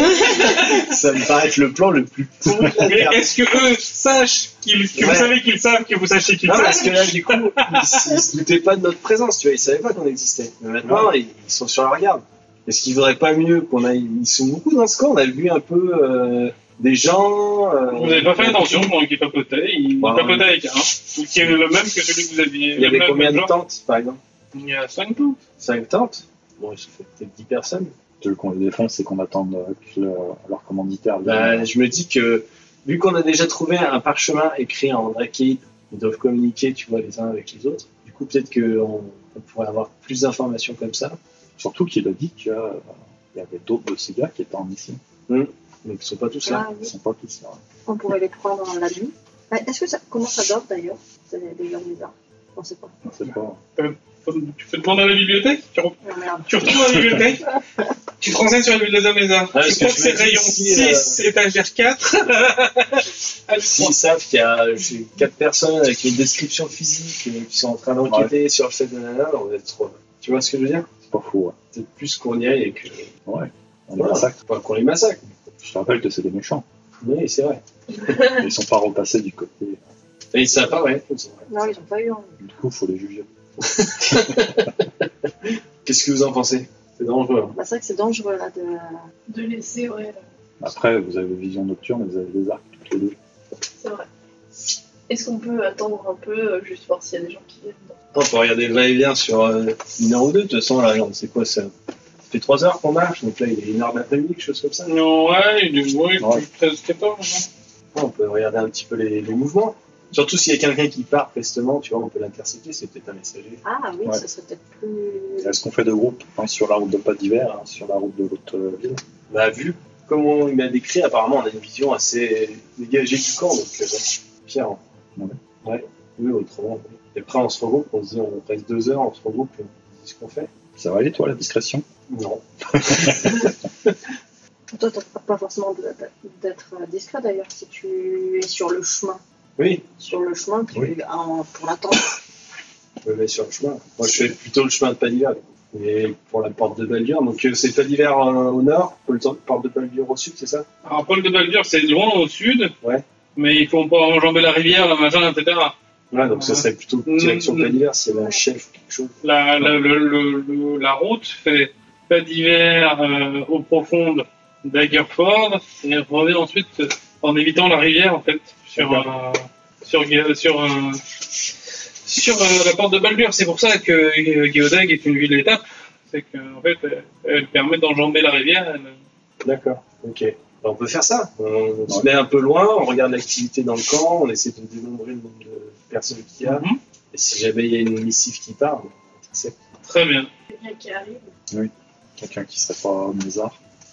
Ça me paraît être le plan le plus pourri de la
Mais
Terre.
est-ce que eux sachent qu'ils, que
Ouais.
vous savez qu'ils savent que vous sachiez qu'ils
Non,
savent?
parce que là, du coup, ils, ils se doutaient pas de notre présence, tu vois, ils savaient pas qu'on existait. Mais maintenant, ils, ils sont sur la garde. Est-ce qu'il vaudrait pas mieux qu'on aille... Ils sont beaucoup dans ce camp, on a vu un peu euh, des gens... euh,
Vous n'avez pas fait attention pendant qu'il papotait, il
Ouais.
papotait avec un, qui est le même que celui que vous aviez.
Il y avait
le même
combien de
genre.
tentes, par exemple?
Il y a cinq tentes.
Cinq tentes? Bon, ça fait peut-être dix personnes.
Tu veux qu'on les défonce et qu'on attende euh, que le- leur commanditaire
Bah,
vienne.
je me dis que, vu qu'on a déjà trouvé un parchemin écrit en drakeid, ils doivent communiquer, tu vois, les uns avec les autres. Du coup, peut-être qu'on on pourrait avoir plus d'informations comme ça,
Surtout qu'il a dit qu'il y avait d'autres de ces gars qui étaient en mission.
mais qui ne sont pas tous là.
Ah,
Ils
oui.
sont pas tous là.
On pourrait les prendre la nuit. Ouais, Est-ce que ça, comment ça dort d'ailleurs? C'est des gens bizarres. On sait pas.
On sait pas.
Tu fais te prendre à la bibliothèque, tu, re-
Oh, merde.
tu retournes à la bibliothèque, tu te renseignes sur la ville des hommes les arts.
Ah,
tu
parce que
crois que
je
c'est
me dis,
rayon
si,
six, étagère quatre. Allez,
S'ils savent qu'il y a j'ai quatre personnes avec une description physique euh, qui sont en train d'enquêter sur le fait de nana, on va être trop. Tu vois ce que je veux dire?
C'est pas fou. Ouais.
Peut-être plus qu'on y aille et que.
Ouais. On les
Voilà.
massacre.
Pas qu'on les massacre.
Je te rappelle que c'est des méchants.
Oui, c'est vrai.
Ils sont pas repassés du côté.
Et ils savent pas, ouais. c'est vrai.
Non, ils ont pas eu envie.
Du coup, faut les juger.
Qu'est-ce que vous en pensez? C'est dangereux. Hein.
Bah, c'est vrai que c'est dangereux là de.
De laisser, ouais,
Après, vous avez vision nocturne et vous avez des arcs toutes les deux.
c'est vrai. Est-ce qu'on peut attendre un peu, euh, juste voir s'il y a des gens qui viennent?
On peut regarder le va-et-vient sur euh, une heure ou deux. De toute façon, là, on sait quoi, ça, ça fait trois heures qu'on marche, donc là, il est une heure d'après-midi, quelque chose comme ça.
Ouais, il est ouais,
Ouais.
treize quatorze.
On peut regarder un petit peu les, les mouvements. Surtout s'il y a quelqu'un qui part prestement, tu vois, on peut l'intercepter, c'est peut-être un messager.
Ah oui,
Ouais.
ça serait peut-être plus.
Est-ce qu'on fait deux groupes? Un sur la route de pas d'hiver, un sur la route de l'autre euh, ville.
Bah, vu comment il m'a décrit, apparemment, on a une vision assez dégagée du camp, donc euh, Pierre.
Ouais.
Ouais, oui, autrement. Et après, on se regroupe, on se dit, on reste deux heures, on se regroupe, et on dit ce qu'on fait.
Ça va aller, toi, la discrétion?
Non.
Toi, t'as pas forcément de- d'être discret d'ailleurs si tu es sur le chemin.
Oui,
Sur le chemin, tu
Oui.
en- pour l'attendre.
je me mets sur le chemin. Moi, je fais plutôt le chemin de Padilla. Et pour la porte de Baldur, donc euh, c'est pas d'hiver euh, au nord, pour la porte de Baldur au sud, c'est ça?
Alors, Paul de Baldur, c'est loin au sud.
Ouais.
Mais il faut pas enjamber la rivière, la machin, et cetera.
Ouais, donc ça serait plutôt direction
Mmh.
pas d'hiver s'il y avait un chef ou quelque chose.
La, la, le, le, le- la route fait pas d'hiver euh, eau profonde d'Agerford et revient ensuite euh, en évitant la rivière en fait sur euh, sur Gé- sur euh, sur euh, la porte de Baldur. C'est pour ça que euh, Geodag est une ville étape. C'est qu'en fait elle, elle permet d'enjamber la rivière. Elle-
D'accord, ok. Ben, on peut faire ça. On, on se
Ouais.
met un peu loin, on regarde l'activité dans le camp, on essaie de dénombrer le nombre de personnes qu'il y a.
Mhm.
Et si jamais il y a une missive qui part, on intercepte.
Très bien.
Quelqu'un qui arrive.
Quelqu'un qui serait pas Mézard.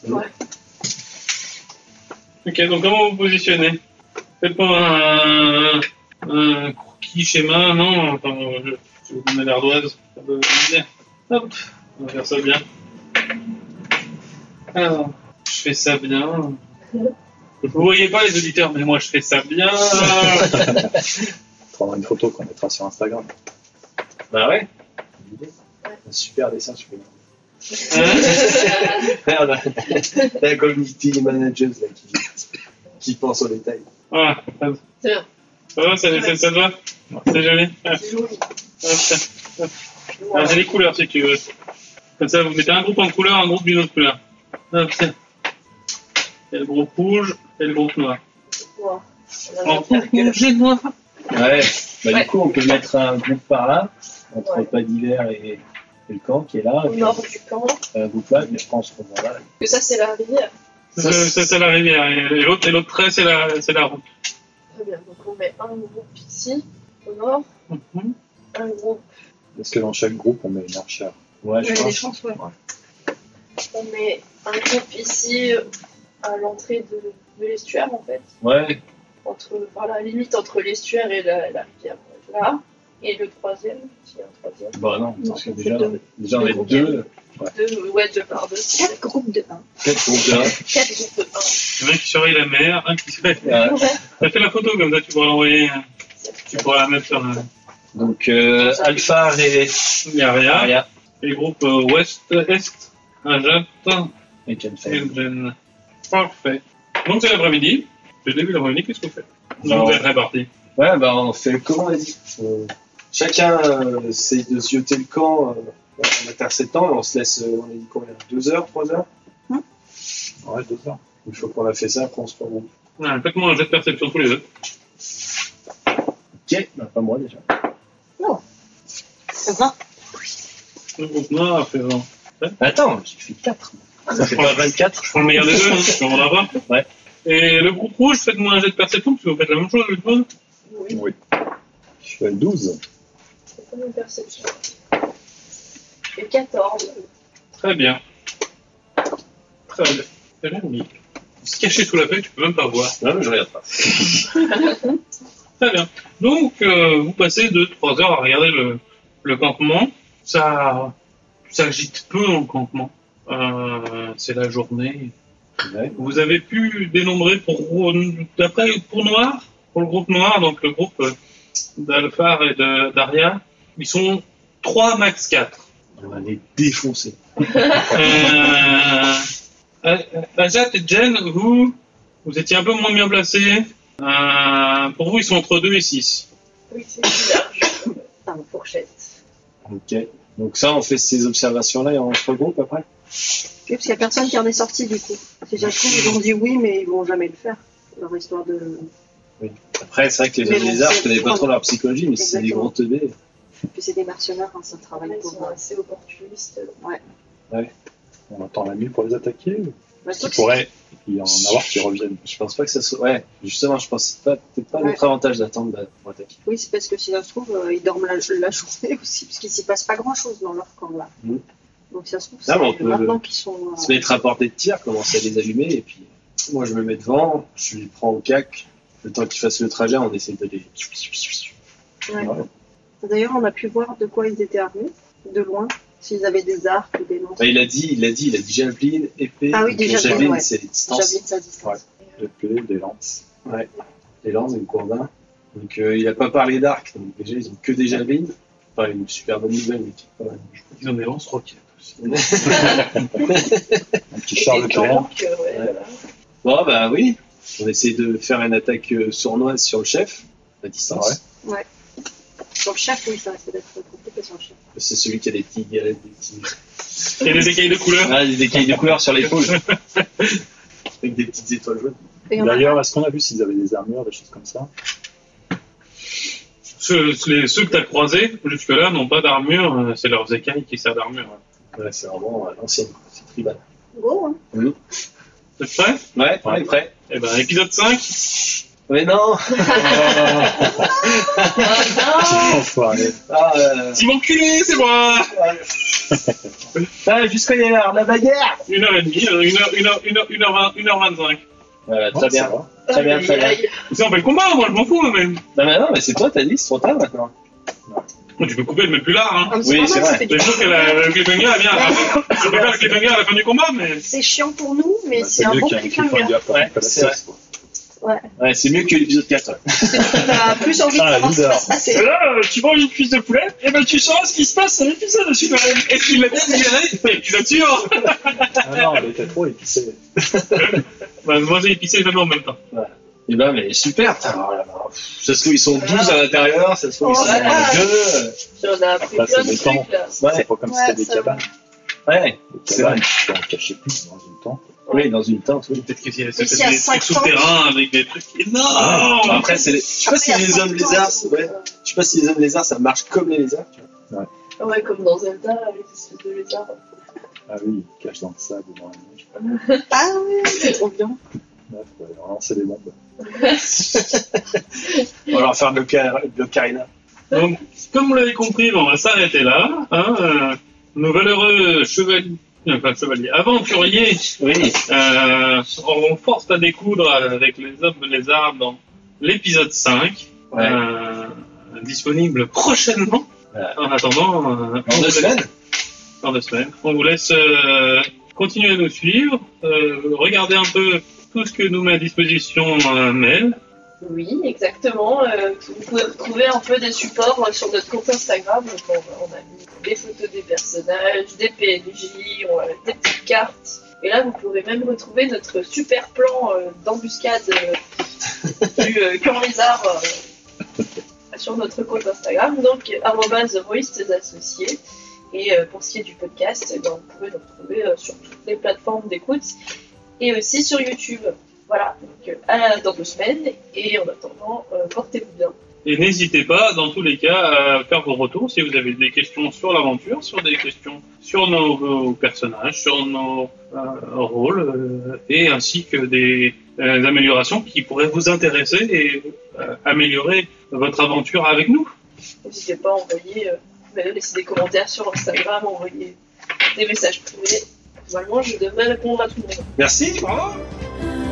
Ok, donc comment vous positionnez? Faites pas un, un croquis schéma, non? Enfin, je, je vais vous donner l'ardoise. Ça peut bien. Hop, on va faire ça bien. Alors, je fais ça bien. Vous voyez pas les auditeurs, mais moi je fais ça bien.
On prendra une photo qu'on mettra sur Instagram.
Bah ouais. Un super dessin, je peux
Hein?
Merde, la community managers là, qui, qui pense aux détails.
Voilà.
C'est bien.
Ça va, ça, ça, ça te va? C'est joli. Ah,
C'est joli.
hop, tiens. Ah, j'ai les couleurs si tu veux. Comme ça, vous mettez un groupe en couleur, un groupe d'une autre couleur. Hop, tiens. Et le groupe rouge et le groupe noir.
Wow. On
En
va faire que-
rouge et noir.
Ouais, bah
Ouais.
du coup on peut mettre un groupe par là, entre
Ouais.
pas d'hiver et, et le camp qui est là, et
Au
puis
nord du camp.
un groupe là, mais je pense qu'on va là.
Que ça, c'est la rivière.
Ça, ça, c'est la rivière. Et l'autre, et l'autre trait, c'est la, c'est la route.
Très bien. Donc, on met un groupe ici, au nord.
Mhm.
Un groupe.
Est-ce que dans chaque groupe, on met une archère?
Ouais,
Il
je
y a des
pense.
chances, ouais.
On met un groupe ici, à l'entrée de, de l'estuaire, en fait.
Ouais,
Entre, par la limite entre l'estuaire et la, la rivière. Là. Et le troisième, s'il y a un troisième.
bah non,
Non,
parce que
on fait
déjà,
deux.
déjà on
Deux
est
groupes.
deux,
Deux, ouais, deux par deux.
Quatre groupes de un.
quatre groupes de un.
Quatre groupes de un.
Il y en a un qui surveille la mer, un qui se fait.
Ouais.
T'as fait la photo comme ça, tu pourras l'envoyer. Tu pourras la mettre sur le.
Donc euh, Alpha et
Il y a rien.
Aria
Et groupe euh, ouest-est, Ajat
et
et
Kenfen.
Jen. Parfait. Donc c'est l'après-midi. C'est le début de l'après-midi, qu'est-ce que vous faites?
Non.
Vous êtes répartis.
Ouais, bah on fait comment on a dit. On- Chacun euh, essaye de zioter le camp euh, en interceptant, et on se laisse, euh, on a dit combien? Deux heures, trois heures?
Ouais, deux heures.
Une fois qu'on a fait ça, après on se prend.
Ouais, faites-moi un jet de perception tous les deux.
Ok, bah pas moi déjà.
vingt.
Le groupe noir a fait vingt.
Attends, j'ai fait quatre. Ça fait pas vingt-quatre?
Je prends le meilleur des deux, hein, je comprends pas.
Ouais.
Et le groupe rouge, faites-moi un jet de perception, parce que vous faites la même chose, le monde.
Oui,
Oui. Je fais douze.
c'est comme une perception. Et quatorze.
Très bien. Très bien. C'est joli. Se cacher sous la feuille, tu peux même pas voir.
Non, mais je regarde pas.
Très bien. Donc, euh, vous passez deux trois heures à regarder le, le campement. Ça, ça agite peu dans le campement. Euh, c'est la journée.
Ouais.
Vous avez pu dénombrer pour, d'après, pour Noir, pour le groupe Noir, donc le groupe euh, d'Alphar et de- d'Aria, ils sont trois max quatre.
On va les défoncer.
Euh, Ajat et Jen, vous, vous étiez un peu moins bien placés. Euh, pour vous, ils sont entre deux et six.
Oui, c'est plus large.
Par fourchette.
Ok. Donc ça, on fait ces observations-là et on se regroupe après.
Oui, parce qu'il n'y a personne qui en est sorti du coup. Si ça se trouve, ils ont dit oui, mais ils vont jamais le faire. Leur histoire de.
Après, c'est vrai que les
Mais bon,
lézards, je
c'est-
connais pas trop leur psychologie, mais c'est des
Exactement.
gros teubés.
Puis c'est des mercenaires, hein, ça travaille
Ils
pour.
sont assez opportunistes.
On attend la nuit pour les attaquer.
Bah,
Il pourrait y en avoir qui reviennent.
Je pense pas que ça soit. Ouais, justement, je pense pas. Peut-être pas
Ouais.
notre avantage d'attendre bah, pour attaquer.
Oui, c'est parce que si ça se trouve, euh, ils dorment la, la journée aussi, parce qu'il s'y passe pas grand chose dans leur camp là.
Mm.
Donc si ça se trouve,
Ah,
c'est
mais on peut-
maintenant qu'ils sont. euh,
Se mettre à portée de tir, commencer à les allumer, et puis moi je me mets devant, je les prends au cac. Le temps qu'ils fassent le trajet, on essaie de les.
ouais.
Ouais.
D'ailleurs, on a pu voir de quoi ils étaient armés, de loin, s'ils avaient des arcs ou des lances.
Bah, il a dit, il a dit, il a dit javelin, épée.
Ah oui,
donc
des
les
javelins,
javelines,
ouais.
c'est les distances.
Javelin, sa distance.
Épée, des lances.
Les lances et le courbin. Donc euh, il a pas parlé d'arc, donc déjà ils ont que des javelines. Enfin, une super bonne nouvelle, mais qui est pas mal.
Ils ont des lance-roquettes.
Un petit
Et
Charles
des
Leclerc.
tanks, euh, ouais, voilà.
Bon, bah oui. On essaie de faire une attaque euh, sournoise sur le chef, à distance.
Ouais.
Sur le chef, oui, ça risque d'être compliqué sur le chef.
C'est celui qui a des petits galettes, des petits.
Et des écailles de couleur.
Ah, des écailles de couleur sur l'épaule. Avec des petites étoiles jaunes.
Et on a-
D'ailleurs, est-ce qu'on a vu s'ils avaient des armures, des choses comme ça?
Ceux, les- ceux que tu as croisés jusque-là n'ont pas d'armure, euh, c'est leurs écailles qui servent d'armure.
Ouais, c'est vraiment euh, l'ancienne, quoi. C'est tribal.
Go, hein.
Vous êtes prêts?
Ouais, on est prêt.
Eh ben, épisode cinq.
Mais non.
Enfoiré.
Ah, euh...
Si m'enculé, c'est moi!
ah jusqu'à l'heure, la bagarre.
Une heure et demie, euh, une heure, une heure, une heure, une heure vingt, une heure vingt-cinq.
Voilà, très
Ouais,
bien.
ça va.
Très bien, très bien.
Aïe, aïe.
Ça, on fait le combat, moi, je m'en fous, mais.
Non, mais non, mais c'est toi, t'as dit, c'est trop tard maintenant.
Tu peux couper, le mettre plus large, hein.
Ah, mais
Oui,
pas
c'est
mal,
vrai.
ça fait du
C'est sûr que la, le cliffhanger, elle vient à la fin. Je peux faire le cliffhanger à la fin du combat, mais.
C'est chiant pour nous, mais
Bah,
c'est un
mieux
bon
qu'il y ait
cliffhanger.
cliffhanger pour
Ouais,
couper la
c'est
sauce, quoi.
Ouais, c'est mieux que l'épisode quatre. Ouais.
On a plus envie de
Ah,
savoir ce qui va
leader.
se passer.
Et là, euh, tu manges une cuisse de poulet, et ben tu sauras ce qui se passe à l'épisode suivant. Est-ce qu'il l'a bien digéré? L'épisode suivant.
Ah non, elle était trop épicée.
Bah, moi j'ai épicé jamais en même temps.
Et ben, mais super. putain, oh là là. Ça se trouve, ils sont douze à l'intérieur, ça se trouve, ils
Oh
sont
là là.
deux.
Puis on a appris
Après,
plein
ça
de
dépend.
trucs là.
Ouais,
C'est pas comme si
Ouais,
c'était des
ça
cabanes.
ouais,
Des
c'est
cabanes,
vrai.
tu peux en cacher plus dans une tente.
Oui, dans une tente, oui.
Peut-être que c'est
Mais
c'est
s'il y a
des
cinq
trucs souterrains avec des trucs énormes.
Ah, après, c'est les... je sais pas
Après,
si
il y a
les
cinq
hommes
tentes,
lézards,
donc,
ouais.
euh,
Je sais pas si les hommes lézards, ça marche comme les lézards, tu vois.
Ouais, comme dans Zelda, les espèces de lézards.
Ah oui, ils cachent dans le sable ou dans la neige.
Ah oui, c'est trop bien.
Bref, ouais, on va lancer des bombes.
On va leur faire de l'ocar- de l'ocarina.
Donc, comme vous l'avez compris, on va s'arrêter là. Hein, euh, nos valeureux chevaliers, enfin chevaliers, aventuriers,
Oui.
euh, auront force à découdre avec les hommes lézards dans l'épisode cinq,
Ouais.
euh, disponible prochainement.
Ouais.
En attendant, euh,
En
on
deux
vous laisse-
semaines.
dans deux semaines. On vous laisse euh, continuer à nous suivre, euh, regarder un peu tout ce que nous met à disposition euh, Mel.
Oui, exactement. Euh, vous pouvez retrouver un peu des supports euh, sur notre compte Instagram. Donc, on, on a mis des photos des personnages, des P N J, on a des petites cartes. Et là, vous pourrez même retrouver notre super plan euh, d'embuscade euh, du euh, camp lézard euh, sur notre compte Instagram. Donc, arobase Roistes Associés. Et euh, pour ce qui est du podcast, eh ben, vous pouvez le retrouver euh, sur toutes les plateformes d'écoute et aussi sur YouTube. Voilà, donc euh, à dans deux semaines, et en attendant, euh, portez-vous bien.
Et n'hésitez pas, dans tous les cas, à faire vos retours si vous avez des questions sur l'aventure, sur des questions sur nos, nos personnages, sur nos euh, rôles, euh, et ainsi que des euh, améliorations qui pourraient vous intéresser et euh, améliorer votre aventure avec nous.
N'hésitez pas à envoyer, euh, vous pouvez laisser des commentaires sur Instagram, envoyer des messages privés. Normalement, je devrais répondre à tout le monde.
Merci.
Au revoir.